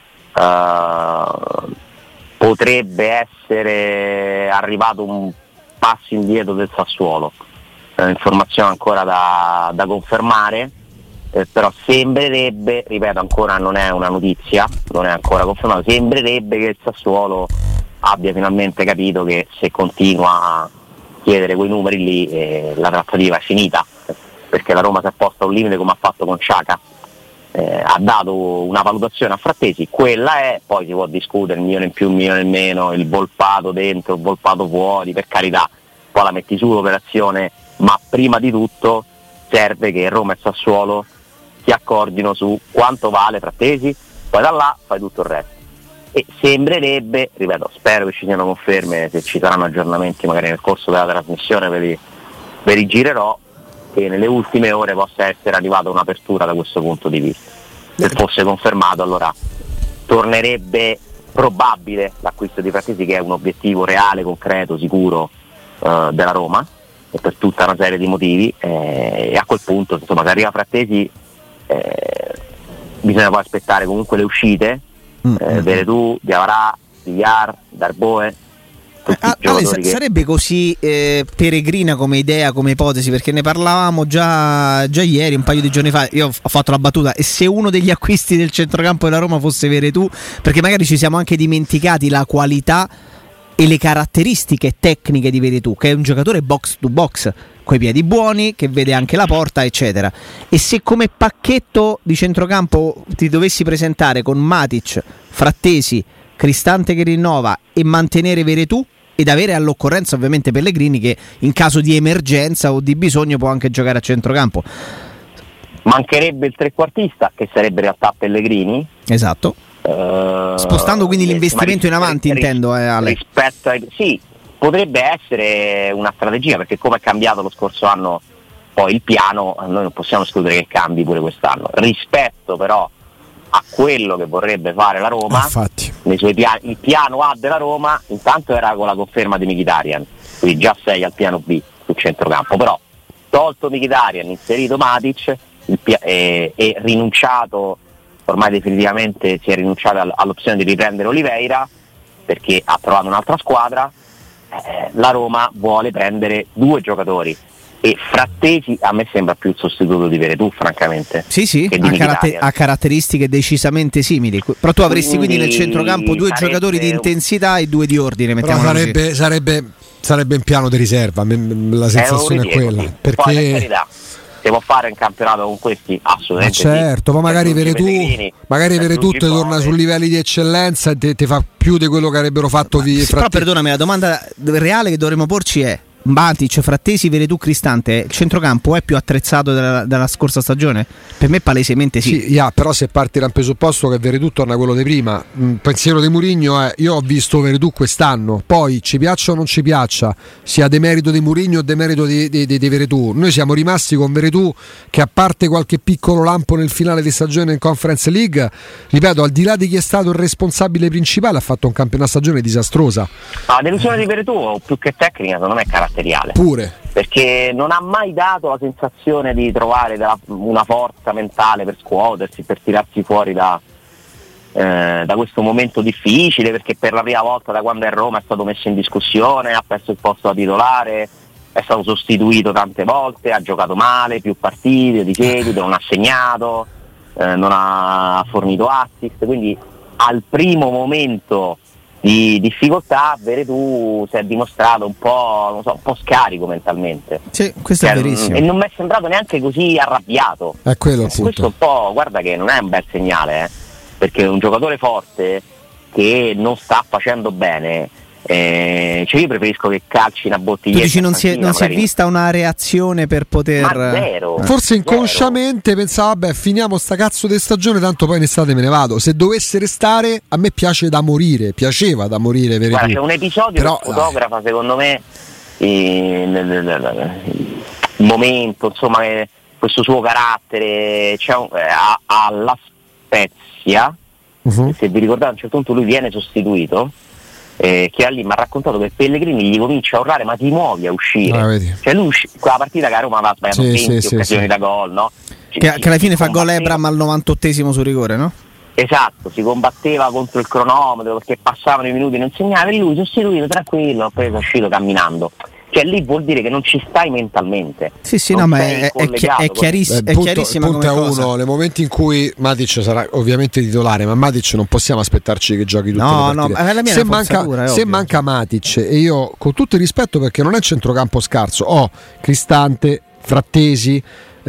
uh, potrebbe essere arrivato un passo indietro del Sassuolo, è un'informazione ancora da, da confermare, eh, però sembrerebbe, ripeto ancora non è una notizia, non è ancora confermato, sembrerebbe che il Sassuolo abbia finalmente capito che se continua a chiedere quei numeri lì eh, la trattativa è finita, perché la Roma si è posta un limite come ha fatto con Xhaka. Eh, ha dato una valutazione a Frattesi, quella è, poi si può discutere il milione in più, il milione in meno, il volpato dentro, il volpato fuori, per carità, poi la metti su l'operazione, ma prima di tutto serve che Roma e Sassuolo si accordino su quanto vale Frattesi, poi da là fai tutto il resto. E sembrerebbe, ripeto, spero che ci siano conferme, se ci saranno aggiornamenti magari nel corso della trasmissione ve li, ve li girerò, che nelle ultime ore possa essere arrivata un'apertura da questo punto di vista. Se fosse confermato, allora tornerebbe probabile l'acquisto di Frattesi, che è un obiettivo reale, concreto, sicuro eh, della Roma, e per tutta una serie di motivi, eh, e a quel punto insomma se arriva Frattesi eh, bisogna poi aspettare comunque le uscite, mm-hmm. eh, Veretù, Diawara, Villar, Darboe. Ah, Ale, sarebbe così eh, peregrina come idea, come ipotesi, perché ne parlavamo già, già ieri, un paio di giorni fa. Io ho fatto la battuta: e se uno degli acquisti del centrocampo della Roma fosse Veretù? Perché magari ci siamo anche dimenticati la qualità e le caratteristiche tecniche di Veretù, che è un giocatore box to box, coi piedi buoni, che vede anche la porta, eccetera. E se come pacchetto di centrocampo ti dovessi presentare con Matic, Frattesi, Cristante che rinnova e mantenere Veretù, ed avere all'occorrenza ovviamente Pellegrini, che in caso di emergenza o di bisogno può anche giocare a centrocampo. Mancherebbe il trequartista, che sarebbe in realtà Pellegrini. Esatto. Uh, Spostando quindi l'investimento in avanti, ris- intendo, eh, Ale. Rispetto ai, sì, potrebbe essere una strategia, perché come è cambiato lo scorso anno poi il piano, noi non possiamo escludere che cambi pure quest'anno. Rispetto però a quello che vorrebbe fare la Roma, infatti, nei suoi piani, il piano A della Roma intanto era con la conferma di Mkhitaryan, quindi già sei al piano B sul centrocampo, però tolto Mkhitaryan, inserito Matic il pia- e, e rinunciato, ormai definitivamente si è rinunciato all- all'opzione di riprendere Oliveira perché ha trovato un'altra squadra, eh, la Roma vuole prendere due giocatori. E Frattesi a me sembra più il sostituto di Veretù, francamente. Sì, sì, ha, caratter- ha caratteristiche decisamente simili. Però tu avresti quindi, quindi nel centrocampo due giocatori di intensità e due di ordine. Però sarebbe, sarebbe, sarebbe in piano di riserva, la sensazione è, è quella. Sì. Perché poi, per carità, si può fare un campionato con questi? Assolutamente. Ma certo, sì. ma magari Veretù, magari Veretù ti torna su livelli di eccellenza e ti fa più di quello che avrebbero fatto vi, sì, però perdonami, la domanda reale che dovremmo porci è: Matic, Frattesi, Veretù, Cristante, il centrocampo è più attrezzato della, della scorsa stagione? Per me palesemente sì, sì yeah, però se parti dal presupposto che Veretù torna quello di prima, il pensiero di Mourinho è: io ho visto Veretù quest'anno, poi ci piaccia o non ci piaccia, sia demerito di Mourinho o demerito di, di, di, di Veretù, noi siamo rimasti con Veretù che, a parte qualche piccolo lampo nel finale di stagione in Conference League, ripeto, al di là di chi è stato il responsabile principale, ha fatto un campionato stagione disastrosa. La delusione di Veretù, più che tecnica, secondo me è caratteriale. Pure perché non ha mai dato la sensazione di trovare della, una forza mentale per scuotersi, per tirarsi fuori da, eh, da questo momento difficile, perché per la prima volta da quando è a Roma è stato messo in discussione, ha perso il posto da titolare, è stato sostituito tante volte, ha giocato male, più partite di seguito, non ha segnato, eh, non ha fornito assist, quindi al primo momento di difficoltà Veretù si è dimostrato un po', non so, un po' scarico mentalmente. Sì, questo cioè, è verissimo. E non mi è sembrato neanche così arrabbiato. È quello, appunto. Questo un po', guarda che non è un bel segnale, eh, perché un giocatore forte che non sta facendo bene, eh, cioè io preferisco che calci una bottiglietta. Tu dici non si è, non si è vista una reazione per poter... Ma zero. Forse Zero. inconsciamente pensava, vabbè, finiamo sta cazzo di stagione, tanto poi in estate me ne vado. Se dovesse restare, a me piace da morire, piaceva da morire. Guarda, c'è un episodio Però, che fotografa, dai, secondo me, il, il momento, insomma, eh, questo suo carattere. C'è un, eh, alla Spezia, uh-huh. Se vi ricordate, a un certo punto lui viene sostituito. Eh, che lì mi ha raccontato che Pellegrini gli comincia a urlare: ma ti muovi a uscire? Ah, cioè lui usci- quella partita che a Roma aveva sbagliato sì, venti sì, occasioni sì, da gol, no? Che, che alla fine fa gol Ebram al novantottesimo su rigore, no? Esatto, si combatteva contro il cronometro perché passavano i minuti e non segnava, e lui sostituito, tranquillo, ha preso, è uscito camminando. Cioè lì vuol dire che non ci stai mentalmente. Sì, sì, non no, ma è, è, chi- è, chiariss- Beh, è punto, chiarissima punto come è cosa. uno, nei momenti in cui Matic sarà ovviamente titolare, ma Matic non possiamo aspettarci che giochi tutte no, le partite. No, è la mia se manca, se manca Matic, e io con tutto il rispetto, perché non è centrocampo scarso, ho Cristante, Frattesi,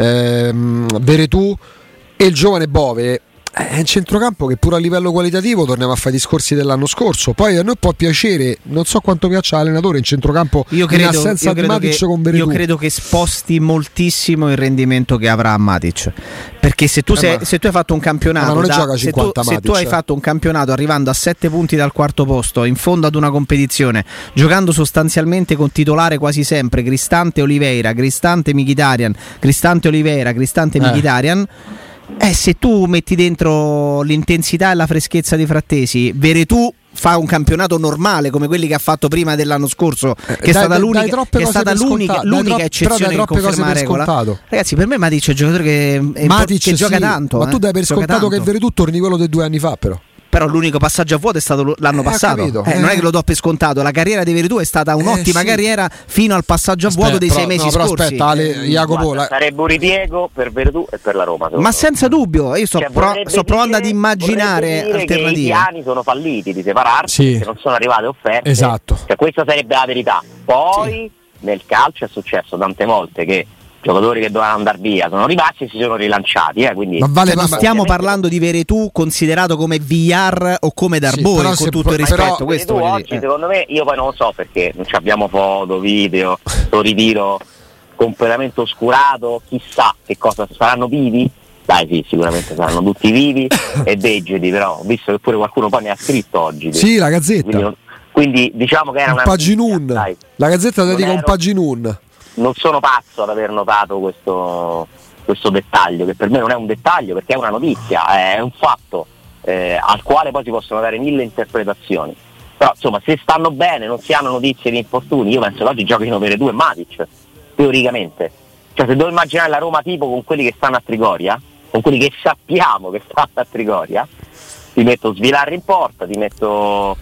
ehm, Veretù e il giovane Bove. È un centrocampo che pure a livello qualitativo torniamo a fare i discorsi dell'anno scorso. Poi a noi può piacere, non so quanto piaccia all'allenatore in centrocampo io credo, in assenza io di credo Matic che, con Veretù. Io credo che sposti moltissimo il rendimento che avrà Matic, perché se tu, eh sei, ma, se tu hai fatto un campionato ma non da, gioca cinquanta se, tu, Matic, se tu hai fatto un campionato arrivando a sette punti dal quarto posto in fondo ad una competizione, giocando sostanzialmente con titolare quasi sempre Cristante Oliveira, Cristante Mkhitaryan, Cristante Oliveira, Cristante eh. Mkhitaryan. Eh, se tu metti dentro l'intensità e la freschezza di Frattesi, Veretù fa un campionato normale come quelli che ha fatto prima dell'anno scorso, che dai, è stata dai, l'unica, dai, che è stata l'unica, dai, l'unica tro- eccezione che conferma la regola. Scontato. Ragazzi, per me Matic è un giocatore che, è Matic, che gioca sì, tanto. Ma tu eh, dai per scontato che Veretù torni quello di due anni fa, però. Però l'unico passaggio a vuoto è stato l'anno Eh, passato. Eh, eh. non è che lo do per scontato. La carriera di Veretù è stata un'ottima eh, sì. carriera fino al passaggio a Aspetta, vuoto dei però, sei mesi no, però scorsi. aspetta, Ale, Jacopo, Guarda, la... sarebbe un ripiego per Veretù e per la Roma. Ma senza dubbio, io sto, cioè, pro- sto provando dire, ad immaginare dire alternative. Che i piani sono falliti di separarsi, sì, perché non sono arrivate offerte. Esatto. Cioè, questa sarebbe la verità. Poi sì, nel calcio è successo tante volte che giocatori che dovevano andare via sono rimasti e si sono rilanciati, eh, quindi ma vale, cioè, non ma stiamo parlando di Veretù considerato come Villar o come Darboe, sì, con tutto il rispetto. Però, questo tu oggi, dire. secondo me, io poi non lo so perché non abbiamo foto, video, lo ritiro completamente oscurato, chissà che cosa saranno vivi. Dai, sì, sicuramente saranno tutti vivi e vegeti, però ho visto che pure qualcuno poi ne ha scritto oggi. Sì, la Gazzetta. Quindi, non, quindi diciamo che era un una paginun. Dai. La Gazzetta dedica ero, un paginun. Non sono pazzo ad aver notato questo, questo dettaglio, che per me non è un dettaglio perché è una notizia, è un fatto eh, al quale poi si possono dare mille interpretazioni. Però insomma, se stanno bene, non si hanno notizie di infortuni, io penso che oggi giochino Veretù e Matic, teoricamente. Cioè, se devo immaginare la Roma tipo con quelli che stanno a Trigoria, con quelli che sappiamo che stanno a Trigoria, ti metto Svilarri in porta, ti metto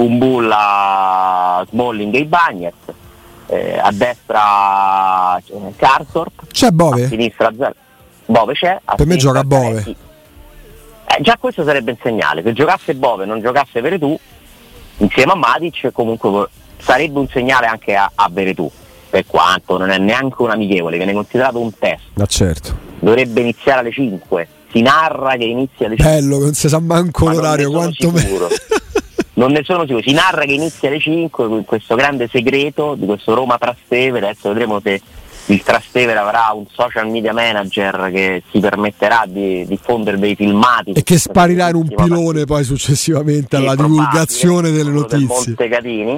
Kumbulla, Smalling e Ibañez, eh, a destra eh, Karsdorp, c'è Bove? a sinistra Zan- Bove c'è, a per me gioca Bove. Eh, già questo sarebbe un segnale, se giocasse Bove e non giocasse Veretù insieme a Matic, comunque sarebbe un segnale anche a, a Veretù, per quanto non è neanche un amichevole, viene considerato un test. Ma certo. Dovrebbe iniziare alle cinque, si narra che inizia alle cinque. Bello, non si sa manco Ma l'orario, quanto me... Non ne sono sicuro, si narra che inizia alle cinque con questo grande segreto di questo Roma Trastevere. Adesso vedremo se il Trastevere avrà un social media manager che si permetterà di diffondere dei filmati e che sparirà in un pilone poi successivamente alla divulgazione delle notizie. Montecatini.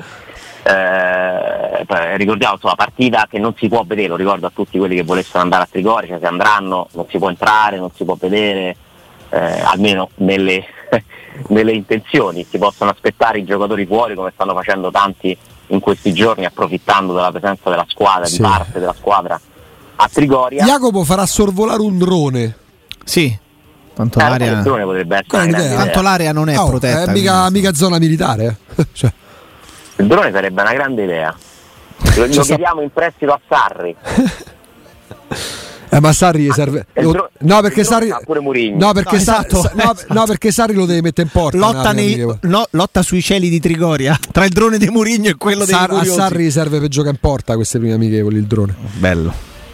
Eh, ricordiamo la partita che non si può vedere, lo ricordo a tutti quelli che volessero andare a Trigoria, cioè se andranno non si può entrare, non si può vedere, eh, almeno nelle, nelle intenzioni, si possono aspettare i giocatori fuori come stanno facendo tanti in questi giorni, approfittando della presenza della squadra, sì, di parte della squadra a Trigoria. Jacopo farà sorvolare un drone. Sì. Tanto, eh, l'area... il drone potrebbe essere una grande Tanto idea. l'area non è oh, protetta. È mica, mica zona militare. Eh. Cioè. Il drone sarebbe una grande idea. Lo, lo chiediamo in prestito a Sarri. Eh, ma Sarri serve. Il dro- no, perché Sarri. pure Mourinho. No, perché No, Sarri. esatto, no, esatto. no, perché Sarri lo deve mettere in porta. Lotta, no, nei, no, lotta sui cieli di Trigoria tra il drone di Mourinho e quello Sar- dei A curiosi. Sarri serve per giocare in porta queste prime amichevoli il drone. Bello.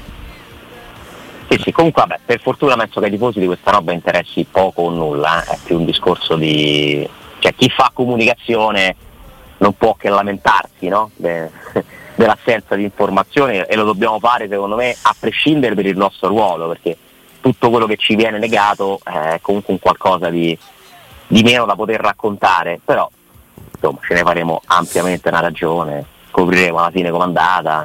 Sì, sì, comunque vabbè, per fortuna penso che ai tifosi di questa roba interessi poco o nulla, eh. È più un discorso di. Cioè chi fa comunicazione non può che lamentarsi, no? De- dell'assenza di informazione, e lo dobbiamo fare secondo me a prescindere per il nostro ruolo, perché tutto quello che ci viene negato è comunque un qualcosa di, di meno da poter raccontare, però insomma ce ne faremo ampiamente una ragione, scopriremo alla fine com'è andata,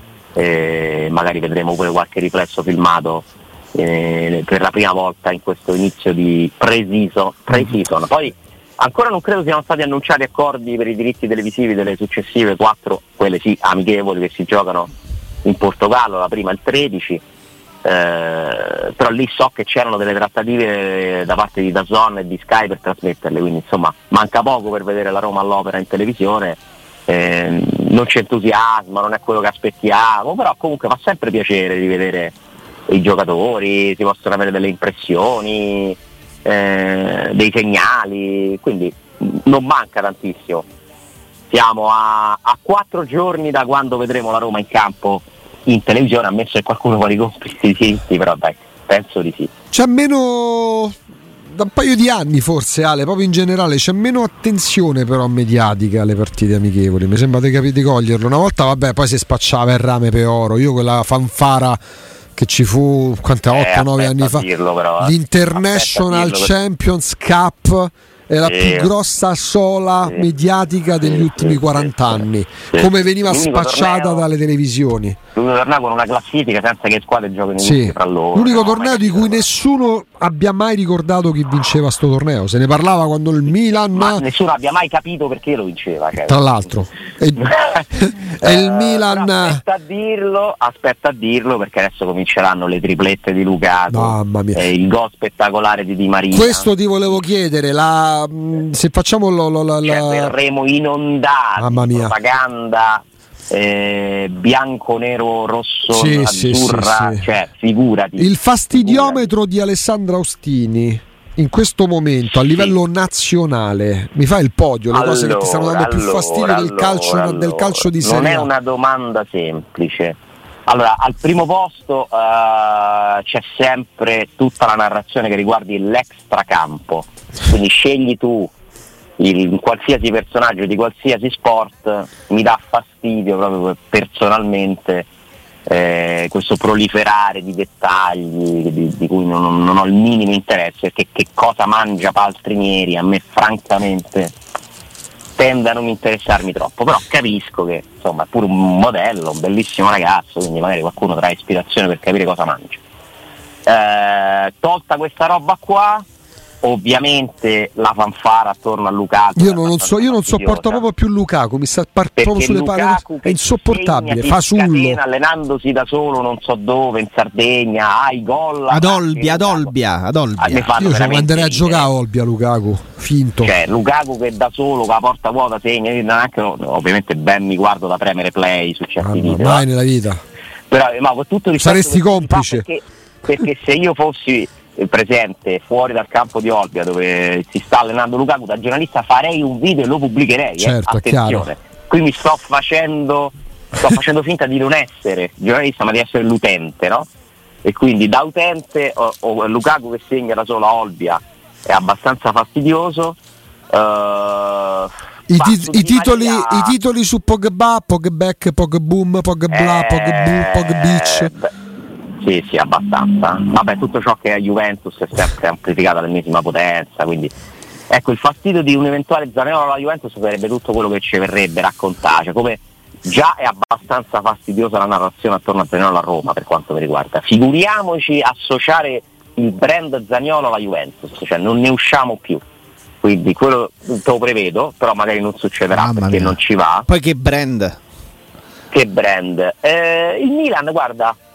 e magari vedremo pure qualche riflesso filmato eh, per la prima volta in questo inizio di pre-season, pre-season. Poi ancora non credo siano stati annunciati accordi per i diritti televisivi delle successive quattro, quelle sì, amichevoli che si giocano in Portogallo, la prima il tredici, eh, però lì so che c'erano delle trattative da parte di DAZN e di Sky per trasmetterle, quindi insomma manca poco per vedere la Roma all'opera in televisione, eh, non c'è entusiasmo, non è quello che aspettiamo, però comunque fa sempre piacere di vedere i giocatori, si possono avere delle impressioni, Eh, dei segnali, quindi non manca tantissimo. Siamo a, a quattro giorni da quando vedremo la Roma in campo in televisione, ammesso che qualcuno vuole i compiti di diritti, però dai, penso di sì. C'è meno da un paio di anni forse, Ale, proprio in generale c'è meno attenzione però mediatica alle partite amichevoli, mi sembra di capire di coglierlo. Una volta vabbè poi si spacciava il rame per oro, io quella fanfara che ci fu quante otto nove anni fa, dirlo, però, eh. l'International dirlo, Champions Cup è la sì. più grossa sola sì. mediatica degli sì, ultimi sì, quaranta sì, anni, sì. come veniva L'unico spacciata torneo, dalle televisioni. L'unico torneo con una classifica senza che le squadre giochino Sì. tutti fra loro. L'unico no, torneo di cui nessuno abbia mai ricordato chi vinceva sto torneo. Se ne parlava quando il Milan, ma nessuno abbia mai capito perché lo vinceva, cioè. Tra l'altro, e, e il Milan. Aspetta a dirlo, aspetta a dirlo perché adesso cominceranno le triplette di Lukaku, Mamma mia. eh, il gol spettacolare di Di Maria. Questo ti volevo chiedere, la, se facciamo lo, lo, la, cioè, la... verremo inondati Mamma di mia. propaganda eh, bianco, nero, rosso, Sì, azzurra, sì, sì, sì. cioè figurati. Il fastidiometro di Alessandro Austini in questo momento a livello Sì. nazionale, mi fa il podio, le allora, cose che ti stanno dando più allora, fastidio del allora, calcio, allora. del calcio di Non Serie è A. una domanda semplice. Allora, al primo posto uh, c'è sempre tutta la narrazione che riguardi l'extracampo, quindi scegli tu il qualsiasi personaggio di qualsiasi sport, mi dà fastidio proprio personalmente eh, questo proliferare di dettagli di, di cui non, non ho il minimo interesse, perché che cosa mangia Paltrinieri a me francamente tende a non interessarmi troppo, però capisco che insomma è pure un modello, un bellissimo ragazzo, quindi magari qualcuno trae ispirazione per capire cosa mangia. Eh, tolta questa roba qua, ovviamente la fanfara attorno a Lukaku. Io non, so, io non sopporto proprio più Lukaku, mi sta par- proprio sulle palle, è insopportabile, fasullo. Allenandosi da solo non so dove, in Sardegna, ai gol ad Olbia, ad Olbia, ad Olbia. Io ci manderei a giocare a Olbia Lukaku, finto. Cioè Lukaku che da solo con la porta vuota segna, anche, ovviamente ben mi guardo da premere play su certi ah, video. Mai nella vita. Però ma con tutto saresti complice. Perché, perché se io fossi presente fuori dal campo di Olbia dove si sta allenando Lukaku, da giornalista farei un video e lo pubblicherei, certo, eh? Attenzione, qui mi sto facendo sto facendo finta di non essere giornalista ma di essere l'utente, no? E quindi da utente o, o Lukaku che segna da solo a Olbia è abbastanza fastidioso. uh, I, tit- i, titoli, Maria... I titoli su Pogba, Pogback, Pogboom, Pogbla, eh, Pogbu, Pogbeach. Sì, sì, abbastanza. Vabbè, tutto ciò che è Juventus è sempre amplificato all'ennesima potenza, quindi ecco, il fastidio di un eventuale Zaniolo alla Juventus sarebbe tutto quello che ci verrebbe raccontare, cioè come già è abbastanza fastidiosa la narrazione attorno a Zaniolo a Roma per quanto mi riguarda. Figuriamoci associare il brand Zaniolo alla Juventus, cioè non ne usciamo più. Quindi quello te lo prevedo, però magari non succederà. Mamma perché mia. Non ci va. Poi che brand? Che brand? Eh, il Milan, guarda,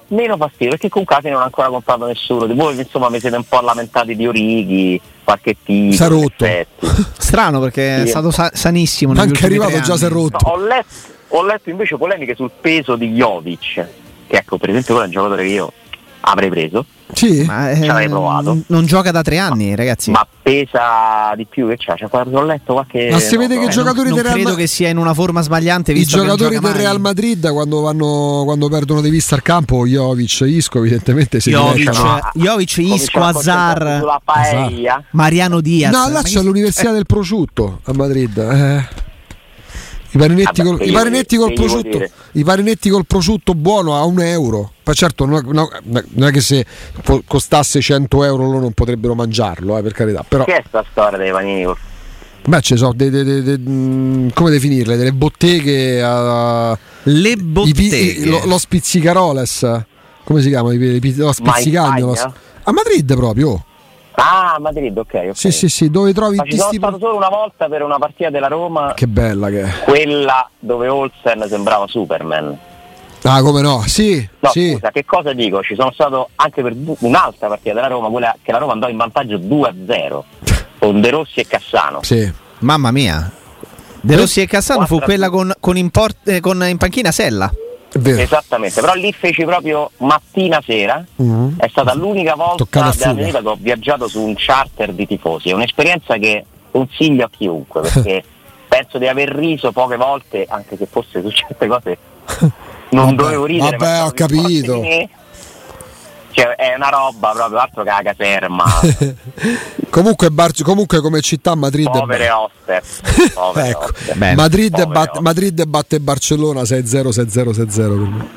meno fastidio, perché comunque non ha ancora comprato nessuno di voi, insomma mi siete un po' lamentati di Orighi, qualche tipo si è rotto. Strano, perché sì, è stato sa- sanissimo, anche arrivato già si è rotto. No, ho, letto, ho letto invece polemiche sul peso di Jovic, che ecco, per esempio quello è un giocatore che io avrei preso. Sì, ma eh, ci avrei provato. Non gioca da tre anni, ma, ragazzi. Ma pesa di più che c'ha? Cioè, ho letto qualche. Ma si vede no, che i no, giocatori non, del non Real credo che sia in una forma sbagliante. I Visto giocatori che del mai. Real Madrid quando vanno quando perdono di vista al campo, Jovic, Isco, evidentemente si Jovic, no, Jovic, Isco, Azar, sulla paella. Mariano Diaz. No, là c'è l'Università del Prosciutto a Madrid. Eh. I parinetti, Vabbè, col, i parinetti col prosciutto, i parinetti col prosciutto buono a un euro. Ma certo, non, no, non è che se costasse cento euro loro non potrebbero mangiarlo, eh, per carità. Però, che è sta storia dei panini col... Beh, ci sono de, de, de, de, de, come definirle? Delle botteghe. Uh, Le botteghe. I, lo, lo spizzicaroles. Come si chiama? Lo spizzicagno. Lo, a Madrid proprio. Ah, Madrid, ok. okay. Sì, sì, sì, dove trovi. Ma ci sono stato solo una volta per una partita della Roma. Che bella che è. Quella dove Olsen sembrava Superman. Ah, come no? Sì. No, sì. Scusa, che cosa dico? Ci sono stato anche per un'altra partita della Roma, quella che la Roma andò in vantaggio due a zero con De Rossi e Cassano. Sì. Mamma mia. De Rossi e Cassano fu quella con, con, import, eh, con in panchina Sella. Esattamente, però lì feci proprio mattina sera, mm-hmm. È stata l'unica volta della mia vita che ho viaggiato su un charter di tifosi, è un'esperienza che consiglio a chiunque, perché penso di aver riso poche volte, anche se forse su certe cose non vabbè, dovevo ridere. Vabbè, ho capito. Cioè, è una roba proprio, altro che la caserma. comunque, Bar- comunque come città Madrid povere oste. Povere ecco. oste. Madrid, povere bat- oste. Madrid batte Barcellona sei a zero sei a zero sei a zero per me.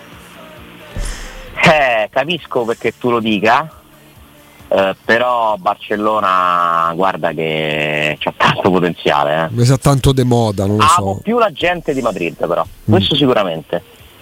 Eh, capisco perché tu lo dica, eh, però Barcellona guarda che c'ha tanto potenziale. Eh. Mi sa tanto de moda, non lo Amo so. più la gente di Madrid, però, questo mm. sicuramente.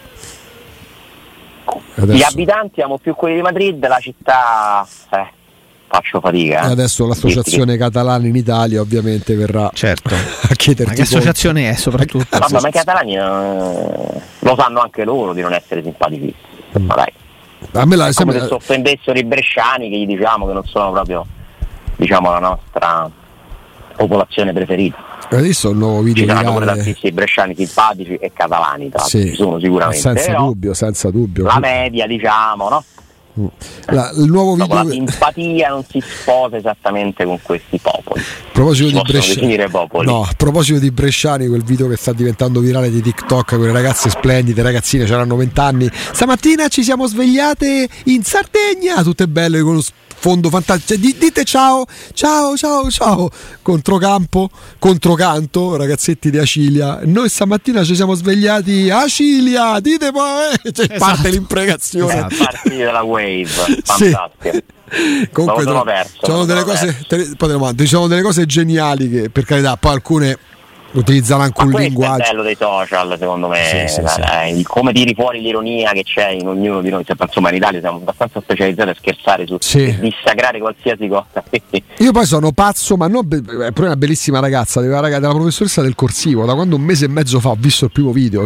Adesso. Gli abitanti amo più quelli di Madrid, la città eh, faccio fatica. Eh. Adesso l'associazione catalana in Italia ovviamente verrà certo. a chiederti. Ma che associazione è soprattutto? Vabbè, ma i catalani eh, lo sanno anche loro di non essere simpatici. Mm. Ma dai. A me la è sembra... come se offendessero i bresciani, che gli diciamo che non sono proprio, diciamo, la nostra popolazione preferita. Adesso il nuovo video ci saranno pure tantissimi bresciani simpatici e catalani, tra sì, ci sono sicuramente, senza però dubbio, senza dubbio. La media, diciamo, no? La, il nuovo video... La simpatia non si sposa esattamente con questi popoli. A proposito si di bresciani, popoli. No, a proposito di bresciani, quel video che sta diventando virale di TikTok, quelle ragazze splendide, ragazzine, c'erano vent'anni. Stamattina ci siamo svegliate in Sardegna, tutte belle con lo fondo fantastico. Dite ciao, ciao, ciao, ciao. Controcampo, controcanto, ragazzetti di Acilia. Noi stamattina ci siamo svegliati a Acilia, dite poi, cioè, esatto. Parte l'impregazione. Esatto. Partire dalla wave, fantastica. Sì. Comunque sono perso, ci sono delle cose, te, ci sono delle cose geniali che per carità poi alcune utilizzano anche ma un linguaggio. È bello dei social, secondo me, sì, sì, sì. Eh, come tiri fuori l'ironia che c'è in ognuno di noi. Cioè, insomma, in Italia siamo abbastanza specializzati a scherzare su sì. dissacrare qualsiasi cosa. Io poi sono pazzo, ma non be- è una bellissima ragazza, della, ragazza, della professoressa del corsivo, da quando un mese e mezzo fa ho visto il primo video.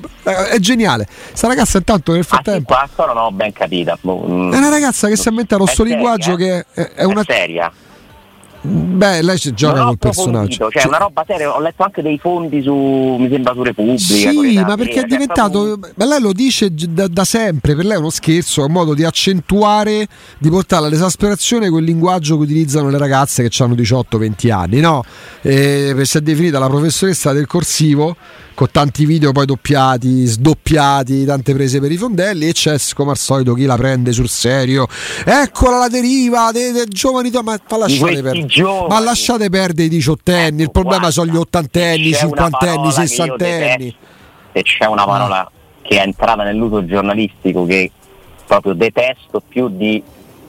È geniale. Sta ragazza intanto nel frattempo. Ah, sì, qua non ho ben capita. È una ragazza che si è inventato sto linguaggio che è, è una è seria. Beh, lei ci gioca col personaggio. Cioè, una roba seria, ho letto anche dei fondi su, mi sembra, su Repubblica. Sì, ma perché è diventato. Proprio... Ma lei lo dice da, da sempre, per lei è uno scherzo, è un modo di accentuare, di portare all'esasperazione quel linguaggio che utilizzano le ragazze che hanno diciotto venti anni, no? E si è definita la professoressa del corsivo, con tanti video poi doppiati, sdoppiati, tante prese per i fondelli, e c'è come al solito chi la prende sul serio. Eccola la deriva dei, dei giovani, ma lasciate perdere. Ma lasciate perdere i diciottenni, il problema guarda, sono gli ottantenni, cinquantenni, sessantenni. Se c'è una parola mm. che è entrata nell'uso giornalistico che proprio detesto più di,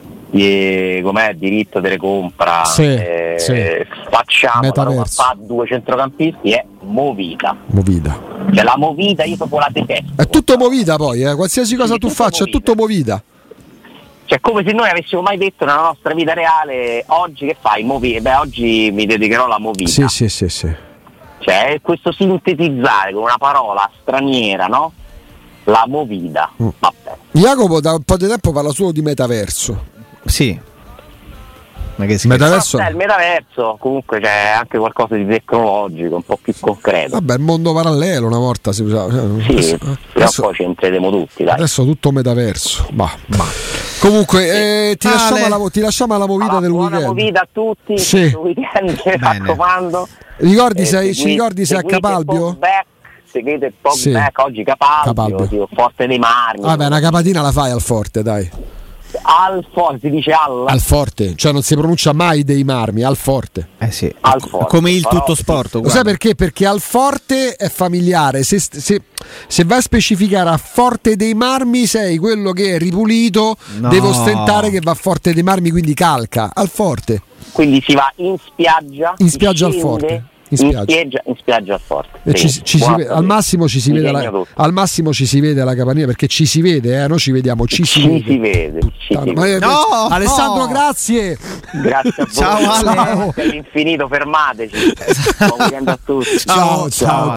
di com'è diritto delle compra, sì, eh, sì. facciamo la Roma fa due centrocampisti, è movita. Movita. Cioè la movita io proprio la detesto. È tutto movita poi, eh? Qualsiasi cosa sì, tu faccia movita. È tutto movita. Cioè come se noi avessimo mai detto nella nostra vita reale oggi che fai? Movi- beh oggi mi dedicherò alla movita. Sì, sì, sì, sì. Cioè questo sintetizzare con una parola straniera, no? La movida. Mm. Vabbè. Jacopo da un po' di tempo parla solo di metaverso. Sì. Ma che metaverso? No, il metaverso comunque c'è anche qualcosa di tecnologico, un po' più concreto. Vabbè, il mondo parallelo una volta si usava. Sì, adesso, però adesso, poi ci entreremo tutti, dai. Adesso tutto metaverso. Bah, bah. Comunque eh, ti, lasciamo alla, ti lasciamo alla movida allora, del buona weekend. Buona movida a tutti, sì. weekend, mi raccomando. Ricordi eh, sei, segui, ci ricordi se a Capalbio? Seguite il Pogback, sì. oggi Capalbio, Capalbio. Tipo, Forte dei Marmi. Vabbè, una capatina la fai al forte, dai. Al forte, si dice al al forte, cioè non si pronuncia mai dei Marmi, al forte. Eh sì. Al forte. Come il tutto sport. Lo sai perché? Perché al forte è familiare. Se, se, se vai a specificare a Forte dei Marmi, sei quello che è ripulito, no. deve ostentare che va a Forte dei Marmi, quindi calca al forte. Quindi si va in spiaggia, in spiaggia al forte. In spiaggia. In, spiaggia, in spiaggia al forte. E sì. ci, ci si vede, al massimo ci si vede la, al massimo ci si vede la capanina, perché ci si vede, eh, noi ci vediamo, ci si ci vede. Si vede ci no, si no, vede. No, Alessandro, no. grazie. Grazie a voi. Ciao, Ale. All'infinito, fermateci. Buon weekend a tutti. Ciao, ciao. ciao.